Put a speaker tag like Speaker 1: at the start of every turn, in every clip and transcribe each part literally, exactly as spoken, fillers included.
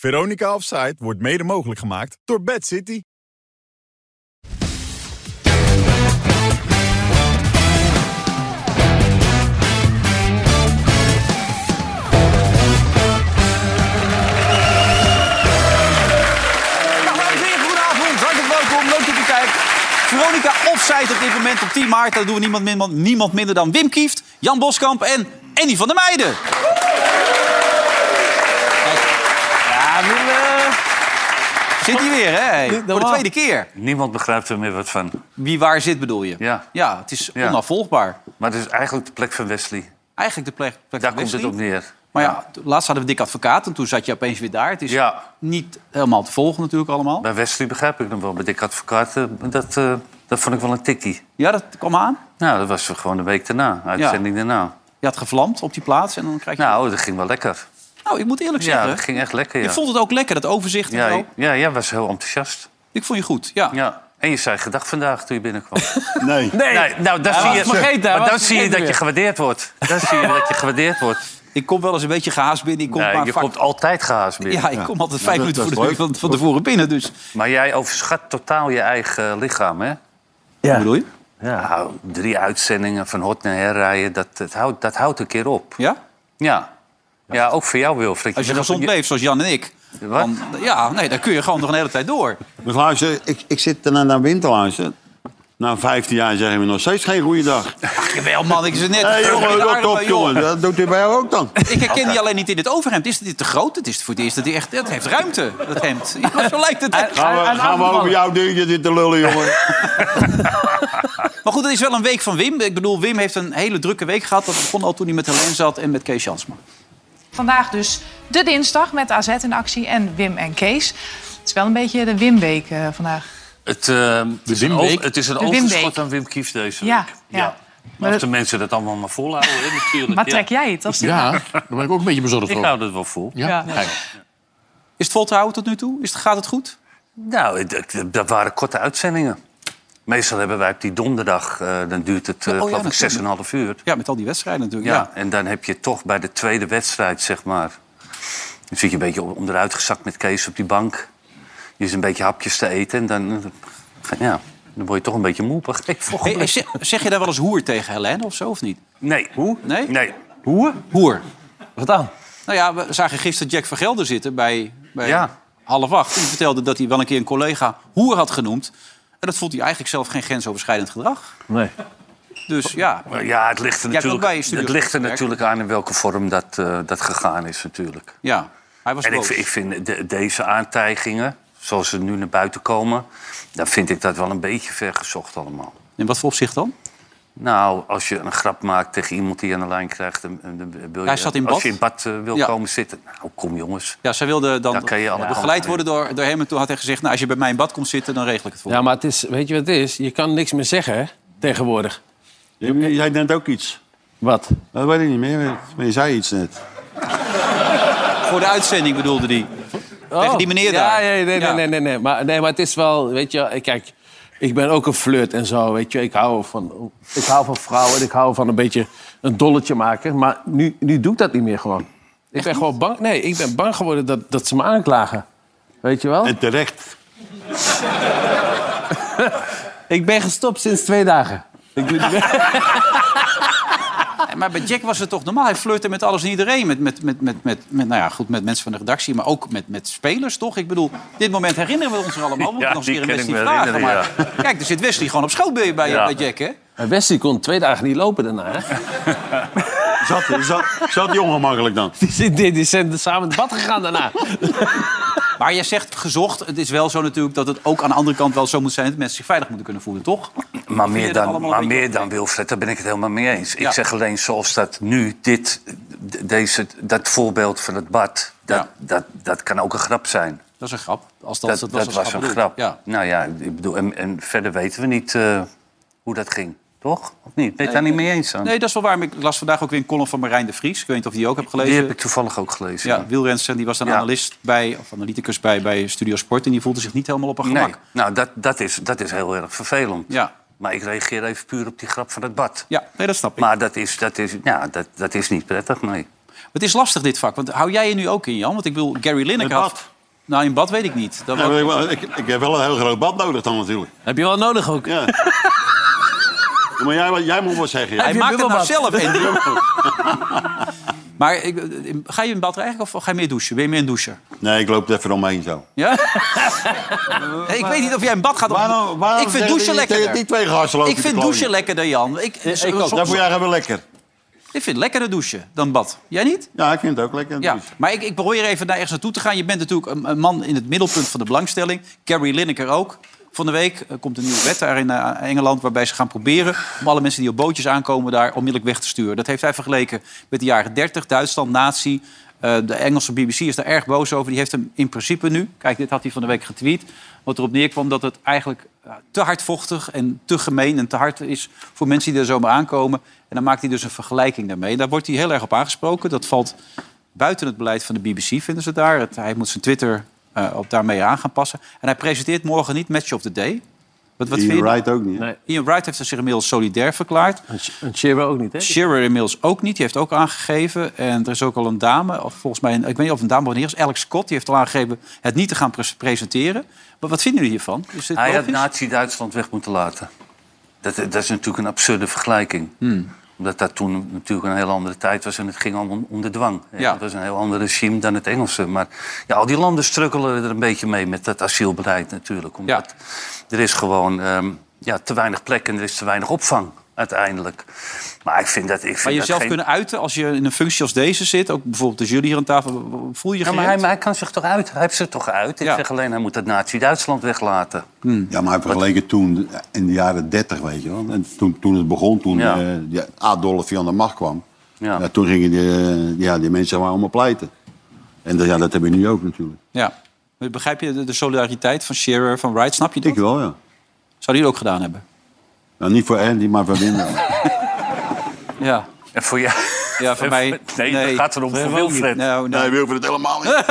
Speaker 1: Veronica Offside wordt mede mogelijk gemaakt door Bad City.
Speaker 2: Veronica Offside op dit moment op tien maart. Dat doen we niemand minder, niemand minder dan Wim Kieft, Jan Boskamp en Andy van der Meijden. Ja, Wim, uh... zit hier weer, hè? Voor de tweede keer.
Speaker 3: Niemand begrijpt er meer wat van.
Speaker 2: Wie waar zit, bedoel je?
Speaker 3: Ja.
Speaker 2: Ja, het is
Speaker 3: ja.
Speaker 2: onafvolgbaar.
Speaker 3: Maar het is eigenlijk de plek van Wesley.
Speaker 2: Eigenlijk de plek, plek
Speaker 3: Daar
Speaker 2: van
Speaker 3: komt
Speaker 2: Wesley.
Speaker 3: het op neer.
Speaker 2: Maar ja, ja, laatst hadden we Dick Advocaat en toen zat je opeens weer daar. Het is
Speaker 3: ja.
Speaker 2: niet helemaal te volgen natuurlijk allemaal.
Speaker 3: Bij Wesley begrijp ik nog wel. Bij Dick Advocaat, uh, dat, uh, dat vond ik wel een tikkie.
Speaker 2: Ja, dat kwam aan?
Speaker 3: Nou, dat was gewoon een week daarna, uitzending ja. daarna.
Speaker 2: Je had gevlamd op die plaats en dan krijg je...
Speaker 3: Nou, dat ging wel lekker.
Speaker 2: Nou, ik moet eerlijk zeggen...
Speaker 3: Ja, dat ging echt lekker, ja.
Speaker 2: Ik vond het ook lekker, dat overzicht en
Speaker 3: ja,
Speaker 2: zo.
Speaker 3: Ja, jij was heel enthousiast.
Speaker 2: Ik vond je goed, ja.
Speaker 3: ja. En je zei gedag vandaag toen je binnenkwam.
Speaker 4: Nee.
Speaker 3: nee. nee nou, dan
Speaker 5: ja,
Speaker 3: zie je,
Speaker 5: vergeten,
Speaker 3: maar dan zie je dat weer. je gewaardeerd wordt. Dan zie je dat je gewaardeerd wordt.
Speaker 2: Ik kom wel eens een beetje gehaast binnen. Ik kom
Speaker 3: nee,
Speaker 2: maar
Speaker 3: je
Speaker 2: vak...
Speaker 3: komt altijd gehaast binnen.
Speaker 2: Ja, ik kom altijd vijf ja, minuten voor de, van, van tevoren binnen. Dus.
Speaker 3: Maar jij overschat totaal je eigen lichaam, hè?
Speaker 2: Ja. Hoe bedoel je?
Speaker 3: Ja. Nou, drie uitzendingen van hot naar her rijden, dat, dat, houdt, dat houdt een keer op.
Speaker 2: Ja?
Speaker 3: Ja. Ja, ook voor jou, Wilfried.
Speaker 2: Als je gezond je... leeft, zoals Jan en ik.
Speaker 3: Wat?
Speaker 2: Dan, ja, nee, dan kun je gewoon nog een hele tijd door.
Speaker 4: Maar luister, ik, ik zit er naar Wim te luisteren. Na vijftien jaar zeggen we nog steeds geen goede dag.
Speaker 2: Ach, jawel, man. Ik is net...
Speaker 4: Hey, jongen, dat top, jongen. Dat doet hij bij jou ook dan.
Speaker 2: Ik herken die alleen niet in dit overhemd. Is dit te groot? Het is voor het eerst dat hij echt... Het heeft ruimte, dat hemd. Ja, zo lijkt het echt.
Speaker 4: Gaan we, gaan we over jouw dingetje zitten lullen, jongen.
Speaker 2: Maar goed, het is wel een week van Wim. Ik bedoel, Wim heeft een hele drukke week gehad. Dat begon al toen hij met Helene zat en met Kees Jansma.
Speaker 6: Vandaag dus de dinsdag met A Z in actie en Wim en Kees. Het is wel een beetje de Wim-week uh, vandaag.
Speaker 3: Het, uh, het, is een over, het is een overschot aan Wim Kieft deze
Speaker 6: ja,
Speaker 3: week.
Speaker 6: Ja,
Speaker 3: ja. Maar als de mensen dat allemaal maar volhouden, hè, natuurlijk.
Speaker 6: Maar trek jij het?
Speaker 5: Ja, ja, daar ben ik ook een beetje bezorgd voor.
Speaker 3: Ik hou dat wel vol.
Speaker 5: Ja?
Speaker 6: Ja.
Speaker 2: Ja. Is het vol te houden tot nu toe? Is het, gaat het goed?
Speaker 3: Nou, dat waren korte uitzendingen. Meestal hebben wij op die donderdag, uh, dan duurt het uh, oh, geloof ja, ik zes en een half uur.
Speaker 2: Ja, met al die wedstrijden natuurlijk.
Speaker 3: Ja,
Speaker 2: ja,
Speaker 3: en dan heb je toch bij de tweede wedstrijd, zeg maar... Dan zit je een beetje onderuit gezakt met Kees op die bank. Je is een beetje hapjes te eten en dan... Ja, dan word je toch een beetje moe.
Speaker 2: Hey, hey, zeg, zeg je daar wel eens hoer tegen Helene of zo, of niet?
Speaker 3: Nee.
Speaker 2: Hoe? Nee?
Speaker 3: Nee.
Speaker 2: Hoer? Hoer.
Speaker 5: Wat dan?
Speaker 2: Nou ja, we zagen gisteren Jack van Gelder zitten bij, bij ja. half acht. Die vertelde dat hij wel een keer een collega hoer had genoemd. En dat vond hij eigenlijk zelf geen grensoverschrijdend gedrag.
Speaker 5: Nee.
Speaker 2: Dus ja...
Speaker 3: Ja, het ligt er, natuurlijk, het ligt er
Speaker 2: werk.
Speaker 3: natuurlijk aan in welke vorm dat, uh, dat gegaan is natuurlijk.
Speaker 2: Ja, hij was
Speaker 3: en ik, ik vind de, deze aantijgingen, zoals ze nu naar buiten komen... dan vind ik dat wel een beetje vergezocht allemaal.
Speaker 2: In wat voor opzicht dan?
Speaker 3: Nou, als je een grap maakt tegen iemand die aan de lijn krijgt... Dan, dan wil je,
Speaker 2: hij zat in bad.
Speaker 3: Als je in bad uh, wil
Speaker 2: ja.
Speaker 3: komen zitten... Nou, kom jongens.
Speaker 2: Ja, zij wilde dan
Speaker 3: ja,
Speaker 2: begeleid worden door, door hem. En toen had hij gezegd, nou, als je bij mij in bad komt zitten... dan regel ik het voor.
Speaker 5: Ja, maar het is, weet je wat het is? Je kan niks meer zeggen, hè, tegenwoordig.
Speaker 4: Je zei net ook iets.
Speaker 5: Wat?
Speaker 4: Dat weet ik niet meer, maar je zei iets net.
Speaker 2: Voor de uitzending bedoelde hij. Oh. Tegen die meneer
Speaker 5: ja,
Speaker 2: daar.
Speaker 5: Ja, nee, nee, ja. nee, nee, nee. Maar, nee, maar het is wel, weet je... Kijk, ik ben ook een flirt en zo, weet je. Ik hou van, ik hou van vrouwen en ik hou van een beetje een dolletje maken. Maar nu, nu doe ik dat niet meer gewoon. Ik
Speaker 2: Echt
Speaker 5: ben
Speaker 2: niet?
Speaker 5: gewoon bang. Nee, ik ben bang geworden dat, dat ze me aanklagen. Weet je wel?
Speaker 4: En terecht.
Speaker 5: Ik ben gestopt sinds twee dagen. Ik doe niet
Speaker 2: Maar bij Jack was het toch normaal. Hij flirte met alles en iedereen. Met, met, met, met, met, met, nou ja, goed, met mensen van de redactie, maar ook met, met spelers, toch? Ik bedoel, dit moment herinneren we ons er allemaal. We moeten
Speaker 3: Ja,
Speaker 2: nog eens
Speaker 3: die
Speaker 2: een keer een
Speaker 3: ken
Speaker 2: Wesley
Speaker 3: ik me
Speaker 2: vragen.
Speaker 3: herinneren,
Speaker 2: Maar kijk, er zit Wesley gewoon op schoot bij, bij,
Speaker 3: Ja.
Speaker 2: bij Jack, hè?
Speaker 5: En Wesley kon twee dagen niet lopen daarna, hè?
Speaker 4: Zat, zat, zat die ongemakkelijk dan?
Speaker 5: Die, die, die zijn samen in het bad gegaan daarna.
Speaker 2: Maar je zegt gezocht. Het is wel zo natuurlijk dat het ook aan de andere kant wel zo moet zijn... dat mensen zich veilig moeten kunnen voelen, toch?
Speaker 3: Maar
Speaker 2: Vind je
Speaker 3: meer
Speaker 2: dat
Speaker 3: dan,
Speaker 2: allemaal
Speaker 3: maar
Speaker 2: een beetje
Speaker 3: meer dan
Speaker 2: oké?
Speaker 3: Wilfred, daar ben ik het helemaal mee eens.
Speaker 2: Ja.
Speaker 3: Ik zeg alleen zoals dat nu, dit, deze, dat voorbeeld van het bad... Dat,
Speaker 2: Ja.
Speaker 3: dat, dat kan ook een grap zijn.
Speaker 2: Dat is een grap. Als dat,
Speaker 3: Dat,
Speaker 2: dat,
Speaker 3: dat
Speaker 2: was,
Speaker 3: was een
Speaker 2: bedoeld.
Speaker 3: grap.
Speaker 2: Ja.
Speaker 3: Nou ja, ik bedoel, en, en verder weten we niet uh, hoe dat ging. Toch? Of niet? Ben je het
Speaker 2: Nee.
Speaker 3: daar niet mee eens aan?
Speaker 2: Nee, dat is wel waar. Ik las vandaag ook weer een column van Marijn de Vries. Ik weet niet of je die ook hebt gelezen.
Speaker 3: Die heb ik toevallig ook gelezen.
Speaker 2: Ja, wielrenster, die was dan
Speaker 3: Ja.
Speaker 2: analist bij, of analyticus bij, bij Studio Sport... en die voelde zich niet helemaal op haar gemak.
Speaker 3: Nee, nou, dat, dat, is, dat is heel erg vervelend.
Speaker 2: Ja.
Speaker 3: Maar ik reageer even puur op die grap van het bad.
Speaker 2: Ja, nee, dat snap ik.
Speaker 3: Maar dat is, dat, is, ja, dat, dat is niet prettig, nee.
Speaker 2: Het is lastig, dit vak. Want hou jij je nu ook in, Jan? Want ik wil Gary Lineker
Speaker 4: Het
Speaker 2: had...
Speaker 4: bad?
Speaker 2: Nou, in bad weet ik niet. Dat
Speaker 4: Ja,
Speaker 2: was...
Speaker 4: maar ik, ik, ik heb wel een heel groot bad nodig dan natuurlijk.
Speaker 5: Heb je wel nodig ook?
Speaker 4: Ja. Ja, maar jij, jij moet wat zeggen. Ja.
Speaker 2: Hij
Speaker 5: je
Speaker 2: maakt het nou
Speaker 5: bubbelbad?
Speaker 2: zelf, Andy. Maar ik, ga je in bad eigenlijk of ga je meer douchen? Ben je meer een doucher?
Speaker 4: Nee, ik loop er even omheen zo.
Speaker 2: Ja? Nee, ik weet niet of jij in bad gaat. Of...
Speaker 4: Waarom, waarom
Speaker 2: ik vind
Speaker 4: zeggen
Speaker 2: douchen
Speaker 4: die-
Speaker 2: lekkerder.
Speaker 4: Die twee gasten lopen
Speaker 2: Ik vind
Speaker 4: te
Speaker 2: douchen
Speaker 4: klooien.
Speaker 2: lekkerder, Jan. Ik,
Speaker 5: ik ook.
Speaker 2: soms-
Speaker 4: Dat vond jij wel lekker.
Speaker 2: ik vind lekkerder douchen dan bad. Jij niet?
Speaker 4: Ja, ik vind het ook lekker.
Speaker 2: Ja,
Speaker 4: Dus.
Speaker 2: maar ik, ik probeer even naar ergens naartoe te gaan. Je bent natuurlijk een, een man in het middelpunt van de belangstelling. Carrie Lineker ook. Van de week uh, komt een nieuwe wet daar in uh, Engeland... waarbij ze gaan proberen om alle mensen die op bootjes aankomen... daar onmiddellijk weg te sturen. Dat heeft hij vergeleken met de jaren dertig. Duitsland, nazi. Uh, de Engelse B B C is daar erg boos over. Die heeft hem in principe nu... Kijk, dit had hij van de week getweet. Wat erop neerkwam dat het eigenlijk uh, te hardvochtig... en te gemeen en te hard is voor mensen die er zomaar aankomen. En dan maakt hij dus een vergelijking daarmee. Daar wordt hij heel erg op aangesproken. Dat valt buiten het beleid van de B B C, vinden ze daar. Het, hij moet zijn Twitter... Uh, op daarmee aan gaan passen. En hij presenteert morgen niet Match of the Day. Wat, wat vind
Speaker 4: Ian
Speaker 2: je?
Speaker 4: Wright ook niet.
Speaker 5: Nee.
Speaker 2: Ian Wright heeft zich inmiddels solidair verklaard.
Speaker 5: En Shearer ook niet, hè?
Speaker 2: Shearer inmiddels ook niet. Die heeft ook aangegeven. En er is ook al een dame, of volgens mij... Een, ik weet niet of een dame of een heer is. Alex Scott, die heeft al aangegeven het niet te gaan pre- presenteren. Maar wat vinden jullie hiervan? Is dit
Speaker 3: Hij had
Speaker 2: logisch?
Speaker 3: Nazi-Duitsland weg moeten laten. Dat, dat is natuurlijk een absurde vergelijking.
Speaker 2: Hmm.
Speaker 3: Omdat dat toen natuurlijk een heel andere tijd was en het ging allemaal om, om de dwang.
Speaker 2: Ja.
Speaker 3: Het was een heel ander regime dan het Engelse. Maar ja, al die landen struggelen er een beetje mee met dat asielbeleid natuurlijk. Omdat er is gewoon um, ja, te weinig plek en er is te weinig opvang uiteindelijk. Maar ik vind dat... Ik vind
Speaker 2: Maar
Speaker 3: dat
Speaker 2: jezelf
Speaker 3: geen...
Speaker 2: kunnen uiten als je in een functie als deze zit... ook bijvoorbeeld als jullie hier aan tafel... voel je je
Speaker 3: Ja, maar hij,
Speaker 2: geërgerd?
Speaker 3: maar hij kan zich toch uit. Hij heeft zich toch uit. Ik
Speaker 2: Ja.
Speaker 3: zeg alleen, hij moet dat Nazi-Duitsland weglaten.
Speaker 4: Ja, maar hij vergeleken toen in de jaren dertig, weet je wel. En toen, toen het begon, toen
Speaker 3: Ja.
Speaker 4: uh, die Adolf hier aan de macht kwam...
Speaker 3: Ja.
Speaker 4: Ja, toen gingen die, ja, die mensen maar allemaal pleiten. En dat, ja, dat hebben we nu ook natuurlijk.
Speaker 2: Ja. Maar begrijp je de, de solidariteit van Shearer, van Wright? Snap je dat?
Speaker 4: Ik wel, ja.
Speaker 2: Zou die het ook gedaan hebben?
Speaker 4: Nou, niet voor Andy, maar voor Wim.
Speaker 2: Ja.
Speaker 3: En voor jou...
Speaker 2: Ja, voor mij...
Speaker 3: Nee, dat gaat erom voor Wilfred.
Speaker 2: Nou, nou.
Speaker 4: Nee, Wilfred het helemaal niet.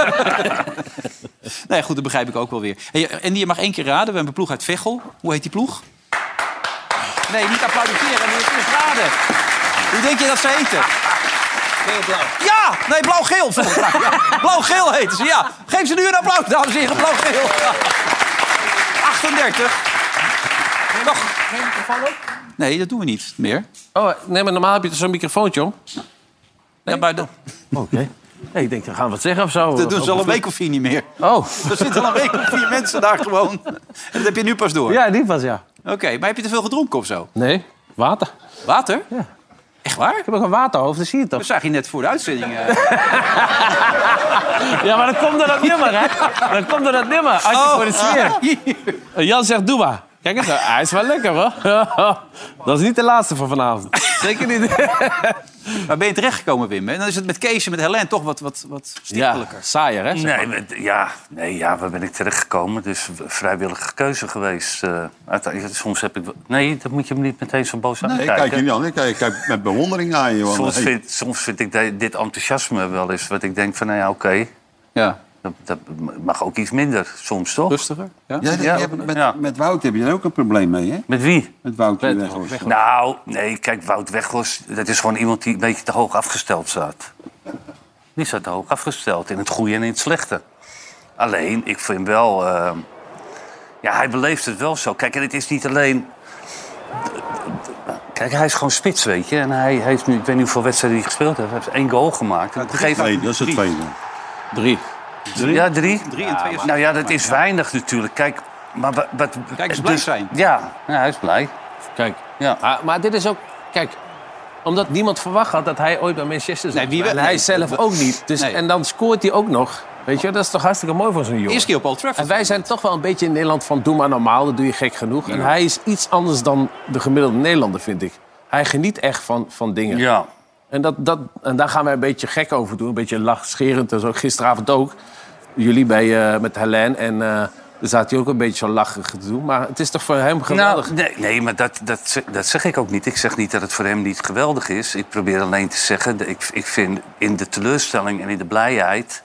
Speaker 2: Nee, goed, dat begrijp ik ook wel weer. Hey, en je mag één keer raden. We hebben een ploeg uit Veghel. Hoe heet die ploeg? Nee, niet applaudisseren. We moeten eens raden. Hoe denk je dat ze heten? Geel-blauw. Ja! Nee, blauw-geel. volgens mij. Ja. Blauw-geel heten ze, ja. Geef ze nu een applaus, dames en heren. Blauw-geel. Ja. achtendertig. Nog.
Speaker 5: Geen microfoon ook?
Speaker 2: Nee, dat doen we niet meer.
Speaker 5: Oh, nee, maar normaal heb je toch zo'n microfoontje, jong?
Speaker 2: Ja, maar dat,
Speaker 5: Oké. Okay. Nee, ik denk, dan gaan we wat zeggen of zo.
Speaker 2: dat doen ze al een week of vier niet meer.
Speaker 5: Oh.
Speaker 2: Er zitten al een week of vier mensen daar gewoon. En dat heb je nu pas door.
Speaker 5: Ja, die was, ja.
Speaker 2: Oké, okay, maar heb je te veel gedronken of zo?
Speaker 5: Nee, water.
Speaker 2: Water?
Speaker 5: Ja.
Speaker 2: Echt waar?
Speaker 5: Ik heb ook een waterhoofd, dat zie je toch?
Speaker 2: We zagen je net voor de uitzending. Uh...
Speaker 5: Ja, maar dan komt er dat nummer, hè? Dan komt er dat nummer. Als je voor de sfeer. En Jan zegt, doe maar. Kijk eens, hij is wel lekker, hoor. Dat is niet de laatste van vanavond. Zeker niet.
Speaker 2: Waar ben je terechtgekomen, Wim? En dan is het met Kees en met Helene toch wat, wat, wat
Speaker 5: Ja,
Speaker 2: stichtelijker.
Speaker 5: saaier, hè? zeg maar.
Speaker 3: Nee, maar, ja, nee, ja, waar ben ik terechtgekomen? Dus vrijwillige keuze geweest. Uh, uiteindelijk, soms heb ik... Nee, dat moet je me niet meteen zo boos aan
Speaker 4: Nee, ik
Speaker 3: kijken.
Speaker 4: kijk je niet aan. Ik kijk, ik kijk met bewondering naar je. Want,
Speaker 3: Soms
Speaker 4: hey,
Speaker 3: vind, soms vind ik de- dit enthousiasme wel eens... wat ik denk van, nou ja, oké, okay,
Speaker 2: Ja,
Speaker 3: dat, dat mag ook iets minder soms, toch?
Speaker 2: rustiger. Ja?
Speaker 4: ja, dat-
Speaker 3: Ja,
Speaker 4: je hebt- met,
Speaker 3: ja.
Speaker 4: met Wout heb je er ook een probleem mee, hè?
Speaker 3: Met wie?
Speaker 4: Met Wout die
Speaker 5: Met-
Speaker 4: weg was.
Speaker 3: Nou, nee, kijk, Wout Weghorst... dat is gewoon iemand die een beetje te hoog afgesteld staat. Die staat te hoog afgesteld, in het goede en in het slechte. Alleen, ik vind wel... Uh, ja, hij beleeft het wel zo. Kijk, en het is niet alleen... Kijk, hij is gewoon spits, weet je. En hij heeft nu, ik weet niet hoeveel wedstrijden hij gespeeld heeft. Hij heeft één goal gemaakt. En op een gegeven
Speaker 4: Nee,
Speaker 3: moment-
Speaker 4: dat is het tweede.
Speaker 5: Drie.
Speaker 3: Ja, drie?
Speaker 2: Drie en twee is...
Speaker 3: Nou ja, dat is weinig natuurlijk. Kijk, maar wat... wat
Speaker 2: Kijk eens blij zijn.
Speaker 3: Ja, ja, hij is blij.
Speaker 5: Kijk.
Speaker 3: Ja.
Speaker 5: Ah, maar dit is ook... Kijk, omdat niemand verwacht had dat hij ooit bij Manchester zou
Speaker 2: Nee, wie
Speaker 5: zijn.
Speaker 2: wel-
Speaker 5: En hij
Speaker 2: nee,
Speaker 5: zelf
Speaker 2: dat-
Speaker 5: ook niet. Dus,
Speaker 2: nee.
Speaker 5: En dan scoort hij ook nog. Weet je, dat is toch hartstikke mooi voor zo'n jongen.
Speaker 2: Eerste keer op Old Trafford.
Speaker 5: En wij zijn toch wel een beetje in Nederland van doe maar normaal, dat doe je gek genoeg. En hij is iets anders dan de gemiddelde Nederlander, vind ik. Hij geniet echt van, van dingen.
Speaker 3: Ja.
Speaker 5: En, dat, dat, en daar gaan wij een beetje gek over doen. Een beetje lachscherend. Dat is ook gisteravond ook. Jullie bij, uh, met Helene. En uh, daar zat hij ook een beetje zo lachig te doen. Maar het is toch voor hem geweldig?
Speaker 3: Nou, nee, nee, maar dat, dat, zeg- dat zeg ik ook niet. Ik zeg niet dat het voor hem niet geweldig is. Ik probeer alleen te zeggen... dat Ik, ik vind in de teleurstelling en in de blijheid...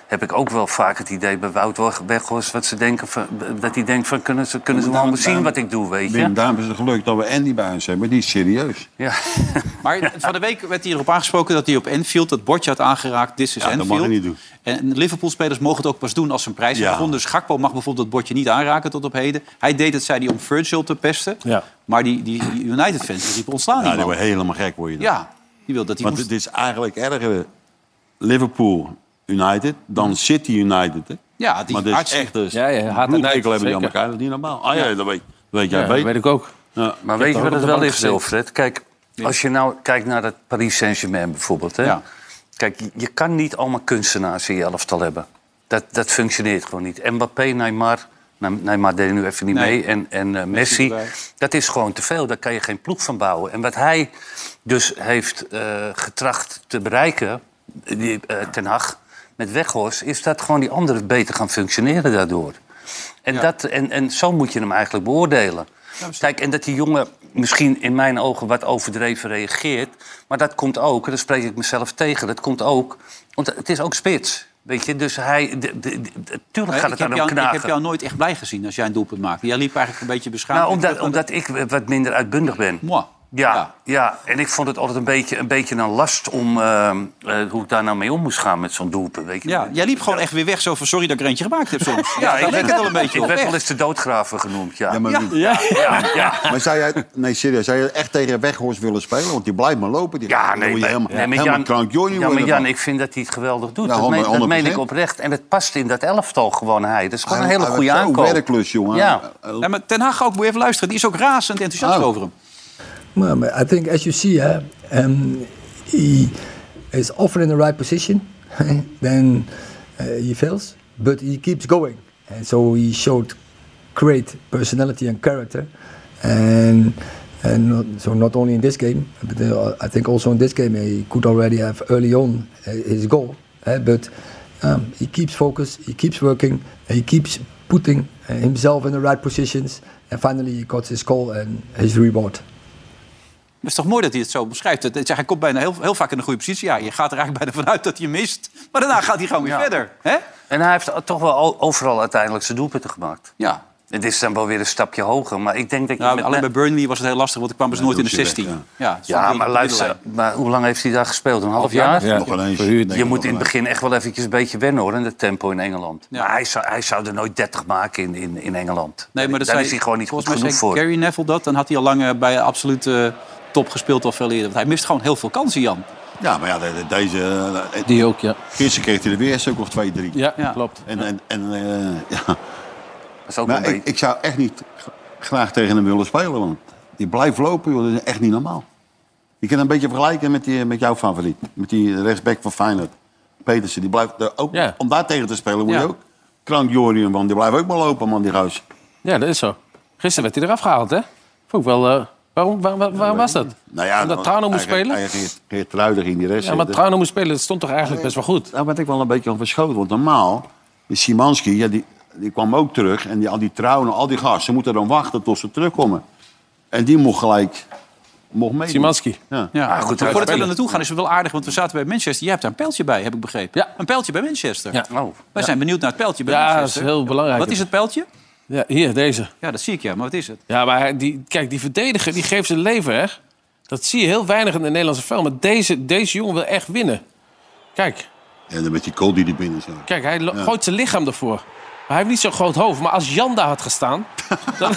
Speaker 3: heb ik ook wel vaak het idee bij Wout Weghorst... Wat ze denken van, dat hij denkt van, kunnen ze, kunnen ze wel zien wat ik doe, weet je?
Speaker 4: Wim, daarom is het geluk dat we Andy bij ons hebben. Die is serieus.
Speaker 3: Ja.
Speaker 2: Maar van de week werd hij erop aangesproken dat hij op Anfield... dat bordje had aangeraakt, this is
Speaker 4: Ja,
Speaker 2: Anfield.
Speaker 4: dat mag hij niet doen.
Speaker 2: En Liverpool-spelers mogen het ook pas doen als ze een prijs
Speaker 4: Ja.
Speaker 2: hebben gewonnen. Dus Gakpo mag bijvoorbeeld dat bordje niet aanraken tot op heden. Hij deed het, zei hij, om Virgil te pesten.
Speaker 5: Ja.
Speaker 2: Maar die, die, die United-fans die riepen ontslaan
Speaker 4: Ja,
Speaker 2: die
Speaker 4: die
Speaker 2: man.
Speaker 4: wordt helemaal gek, word je dan.
Speaker 2: Ja, die wil dat hij
Speaker 4: Want
Speaker 2: moest...
Speaker 4: het is eigenlijk erger Liverpool United dan City United. Hè?
Speaker 2: Ja, die
Speaker 4: maar dit is
Speaker 2: hartstikke-
Speaker 4: echt dus.
Speaker 5: Ja, ja, haat en
Speaker 4: bloedhekel
Speaker 5: nijd,
Speaker 4: hebben die aan
Speaker 5: zeker.
Speaker 4: elkaar. Dat is niet normaal. Ah ja, dat weet, weet jij
Speaker 5: Ja, dat
Speaker 4: beter.
Speaker 5: weet ik ook.
Speaker 4: Ja.
Speaker 3: Maar
Speaker 5: Ik
Speaker 3: weet
Speaker 5: heb
Speaker 3: je
Speaker 5: daar
Speaker 3: wat
Speaker 5: ook
Speaker 3: het
Speaker 5: op de
Speaker 3: wel
Speaker 5: bank
Speaker 3: is,
Speaker 5: gezeten.
Speaker 3: Wilfred? Kijk, als je nou kijkt naar dat Paris Saint-Germain bijvoorbeeld... Hè?
Speaker 2: Ja.
Speaker 3: Kijk, je- je kan niet allemaal kunstenaars in je elftal hebben. Dat, dat functioneert gewoon niet. Mbappé, Neymar... Nou, Neymar deed er nu even niet
Speaker 2: Nee.
Speaker 3: mee. En, en uh, Messi,
Speaker 2: erbij.
Speaker 3: dat is gewoon te veel. Daar kan je geen ploeg van bouwen. En wat hij dus heeft uh, getracht te bereiken, die, uh, Ten Hag, met Weghorst... is dat gewoon die anderen beter gaan functioneren daardoor. En,
Speaker 2: Ja.
Speaker 3: dat, en, en zo moet je hem eigenlijk beoordelen. Kijk, en dat die jongen misschien in mijn ogen wat overdreven reageert... maar dat komt ook, en daar spreek ik mezelf tegen... dat komt ook, want het is ook spits... Weet je, dus hij... De, de, de, de, tuurlijk gaat
Speaker 2: ik,
Speaker 3: het
Speaker 2: heb
Speaker 3: aan hem
Speaker 2: jou, ik
Speaker 3: knagen.
Speaker 2: heb jou nooit echt blij gezien als jij een doelpunt maakte. Jij liep eigenlijk een beetje beschaamd.
Speaker 3: Nou, omdat, omdat ik wat minder uitbundig ben.
Speaker 2: Moi.
Speaker 3: Ja,
Speaker 2: Ja.
Speaker 3: ja, en ik vond het altijd een beetje een, beetje een last om uh, uh, hoe ik daar nou mee om moest gaan met zo'n doelpunt. Weet je?
Speaker 2: Ja, jij liep gewoon echt weer weg zo van sorry dat ik er eentje gemaakt heb soms.
Speaker 3: Ja, ik
Speaker 2: daar
Speaker 3: werd
Speaker 2: leek het wel een beetje
Speaker 3: Ik
Speaker 2: op.
Speaker 3: werd
Speaker 2: Echt.
Speaker 3: wel eens de doodgraver genoemd, ja.
Speaker 4: Ja, maar,
Speaker 2: Ja.
Speaker 4: wie-
Speaker 5: Ja.
Speaker 3: Ja, ja.
Speaker 4: maar zou jij, nee, serieus, zou je echt tegen Weghorst willen spelen? Want die blijft maar lopen. Die
Speaker 3: Ja,
Speaker 4: dan
Speaker 3: nee,
Speaker 4: word je
Speaker 3: maar,
Speaker 4: helemaal,
Speaker 3: nee, maar
Speaker 4: helemaal
Speaker 3: Jan,
Speaker 4: krankjooi
Speaker 3: ja, maar
Speaker 4: worden
Speaker 3: Jan,
Speaker 4: van.
Speaker 3: ik vind dat hij het geweldig doet.
Speaker 4: Ja,
Speaker 3: dat, meen, dat
Speaker 4: honderd
Speaker 3: meen ik
Speaker 4: procent.
Speaker 3: oprecht. En het past in dat elftal gewoon hij. Dat is gewoon een
Speaker 4: Hij-
Speaker 3: hele
Speaker 4: hij
Speaker 3: goede
Speaker 4: heeft zo'n
Speaker 3: aankoop.
Speaker 4: werklust, jongen.
Speaker 3: Ja.
Speaker 2: Ja, maar Ten Hag ook, moet je even luisteren. Die is ook razend enthousiast
Speaker 4: Oh.
Speaker 2: over hem.
Speaker 7: Well, I think, as you see, uh, um, he is often in the right position, then uh, he fails, but he keeps going. And so he showed great personality and character, and and not, so not only in this game, but uh, I think also in this game he could already have early on uh, his goal. Uh, but um, he keeps focus, he keeps working, he keeps putting uh, himself in the right positions, and finally he got his goal and his reward.
Speaker 2: Het is toch mooi dat hij het zo beschrijft. Het, het, hij komt bijna heel, heel vaak in een goede positie. Ja, je gaat er eigenlijk bijna vanuit dat hij hem mist. Maar daarna gaat hij gewoon weer
Speaker 3: Ja.
Speaker 2: verder. Hè?
Speaker 3: En hij heeft toch wel o- overal uiteindelijk zijn doelpunten gemaakt.
Speaker 2: Ja.
Speaker 3: Het is dan wel weer een stapje hoger. Maar ik denk dat je
Speaker 2: Nou,
Speaker 3: met-
Speaker 2: alleen bij Burnley was het heel lastig, want ik kwam dus nooit in de
Speaker 4: doe je weg,
Speaker 2: zestien.
Speaker 4: ja.
Speaker 2: Ja, het
Speaker 3: Ja,
Speaker 2: stond
Speaker 3: maar
Speaker 2: heel op de
Speaker 3: luister,
Speaker 2: middenlijn.
Speaker 3: maar hoe lang heeft hij daar gespeeld? Een half
Speaker 2: Half jaar
Speaker 3: jaar?
Speaker 2: nog?
Speaker 4: Nog ineens.
Speaker 5: verhuurd.
Speaker 4: Nee,
Speaker 3: Je
Speaker 4: nog
Speaker 3: moet in het
Speaker 4: ineens.
Speaker 3: begin echt wel eventjes een beetje wennen, hoor, in het tempo in Engeland.
Speaker 2: Ja.
Speaker 3: Maar hij zou, hij zou er nooit dertig maken in, in, in Engeland.
Speaker 2: Nee, maar dat
Speaker 3: Daar
Speaker 2: zei,
Speaker 3: is hij gewoon niet goed
Speaker 2: volgens mij
Speaker 3: genoeg
Speaker 2: zei
Speaker 3: voor.
Speaker 2: Gary Neville dat. Dan had hij al lang eh, bij absolute top gespeeld al veel eerder. Want hij mist gewoon heel veel kansen, Jan.
Speaker 4: Ja, maar ja, de- de- deze... eh,
Speaker 5: Die ook, ja.
Speaker 4: Gisteren kreeg hij er weer een stuk of twee, drie.
Speaker 5: Ja,
Speaker 2: Ja.
Speaker 5: klopt.
Speaker 4: En, en, en eh, ja.
Speaker 3: Dat is ook
Speaker 4: Maar
Speaker 3: een
Speaker 4: ik,
Speaker 3: beetje...
Speaker 4: ik zou echt niet g- graag tegen hem willen spelen, want die blijft lopen, joh. Dat is echt niet normaal. Je kan een beetje vergelijken met, die, met jouw favoriet. Met die rechtsback van Feyenoord. Petersen, die blijft er ook...
Speaker 5: Ja.
Speaker 4: Om daar tegen te spelen moet je
Speaker 2: Ja.
Speaker 4: ook krank Joriën, man. Die blijft ook maar lopen, man, die goos.
Speaker 5: Ja, dat is zo. Gisteren werd hij eraf gehaald, hè? Vond ik wel... eh, waarom waarom, waarom, waarom was dat?
Speaker 4: Nou ja,
Speaker 5: Omdat Trauner moest
Speaker 4: hij-
Speaker 5: spelen?
Speaker 4: Hij Geert, Geert Truider ging die rest
Speaker 5: Ja, maar
Speaker 4: zitten.
Speaker 5: Trauner moest spelen, dat stond toch eigenlijk best wel goed?
Speaker 4: Daar werd ik wel een beetje van verschoten. Want normaal, die Szymanski, ja, die, die kwam ook terug. En die, al die Trauner, al die gasten moeten dan wachten tot ze terugkomen. En die mocht gelijk mocht meedoen.
Speaker 5: Szymanski.
Speaker 4: Ja.
Speaker 2: Ja,
Speaker 3: goed,
Speaker 2: goed,
Speaker 3: hij
Speaker 2: voordat we
Speaker 5: spelen.
Speaker 2: er naartoe gaan is het wel aardig, want we zaten bij Manchester. Jij hebt daar een pijltje bij, heb ik begrepen.
Speaker 5: Ja.
Speaker 2: Een pijltje bij Manchester.
Speaker 5: Ja.
Speaker 3: Oh.
Speaker 2: Wij zijn benieuwd naar het pijltje bij
Speaker 5: Ja, dat is
Speaker 2: Manchester.
Speaker 5: heel belangrijk.
Speaker 2: Wat is het pijltje?
Speaker 5: Ja, hier, deze.
Speaker 2: Ja, dat zie ik ja, maar wat is het?
Speaker 5: Ja, maar hij- die, kijk, die verdediger die geeft zijn leven, hè? Dat zie je heel weinig in de Nederlandse film. Maar deze, deze jongen wil echt winnen. Kijk,
Speaker 4: En dan met die goal die er binnen zat.
Speaker 5: kijk hij lo- gooit zijn lichaam ervoor. Maar hij heeft niet zo'n groot hoofd. Maar als Jan daar had gestaan... dan...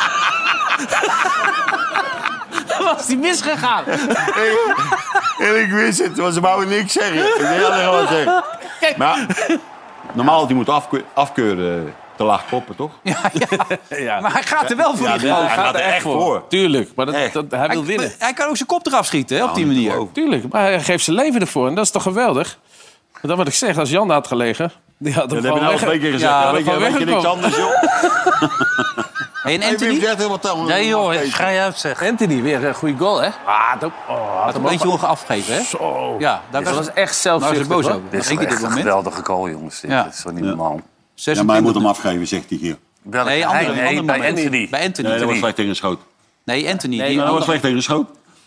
Speaker 5: dan was hij misgegaan.
Speaker 4: En ik wist het, want ze wouden niks zeggen. Ik wilde gewoon zeggen. Maar normaal had hij moeten afkeur, afkeuren te laag koppen, toch?
Speaker 5: Ja,
Speaker 2: Maar hij gaat er wel voor.
Speaker 4: Ja,
Speaker 2: die
Speaker 4: hij
Speaker 2: goal.
Speaker 4: gaat er echt voor.
Speaker 5: Tuurlijk, maar dat,
Speaker 4: Echt.
Speaker 5: dat, hij wil
Speaker 2: hij,
Speaker 5: winnen.
Speaker 2: hij kan ook zijn kop eraf schieten hè, op die manier.
Speaker 4: geloof.
Speaker 5: Tuurlijk, maar hij geeft zijn leven ervoor. En dat is toch geweldig? Maar dat wat ik zeg, als Jan daar had gelegen... Die had hem
Speaker 4: Dat heb je
Speaker 5: gewoon
Speaker 4: nou al
Speaker 5: weg...
Speaker 4: twee keer gezegd.
Speaker 2: Ja,
Speaker 4: Ja, weet je,
Speaker 5: gewoon
Speaker 4: weet je niks
Speaker 5: weggekomen.
Speaker 4: anders, joh.
Speaker 2: Hey, en
Speaker 4: Hey, Wim
Speaker 2: Anthony?
Speaker 4: zegt helemaal taal.
Speaker 3: Nee joh, ga je uit zeggen.
Speaker 5: Anthony, weer een goede goal, hè? Ah, dat, oh,
Speaker 2: Had hem een beetje afgegeven, hè?
Speaker 5: Zo.
Speaker 2: Ja, daar
Speaker 5: Dat
Speaker 2: was
Speaker 5: was echt zelf.
Speaker 2: nou is hij boos over.
Speaker 3: Dit is
Speaker 2: Denk je
Speaker 3: echt
Speaker 2: dit
Speaker 3: een
Speaker 2: moment?
Speaker 3: geweldige goal, jongens. Dit.
Speaker 2: Ja.
Speaker 3: Dat is wel niet normaal.
Speaker 4: Ja, maar hij moet hem afgeven, zegt hij hier.
Speaker 3: Welke?
Speaker 2: Nee,
Speaker 3: hij,
Speaker 2: andere,
Speaker 3: nee
Speaker 2: andere
Speaker 3: bij
Speaker 2: moment.
Speaker 3: Anthony.
Speaker 2: Bij Anthony.
Speaker 4: Nee, dat was
Speaker 2: Nee,
Speaker 4: slecht tegen geschoten.
Speaker 2: Anthony.
Speaker 5: Nee,
Speaker 2: die
Speaker 4: Dat was
Speaker 2: andere-
Speaker 4: slecht tegen geschoten.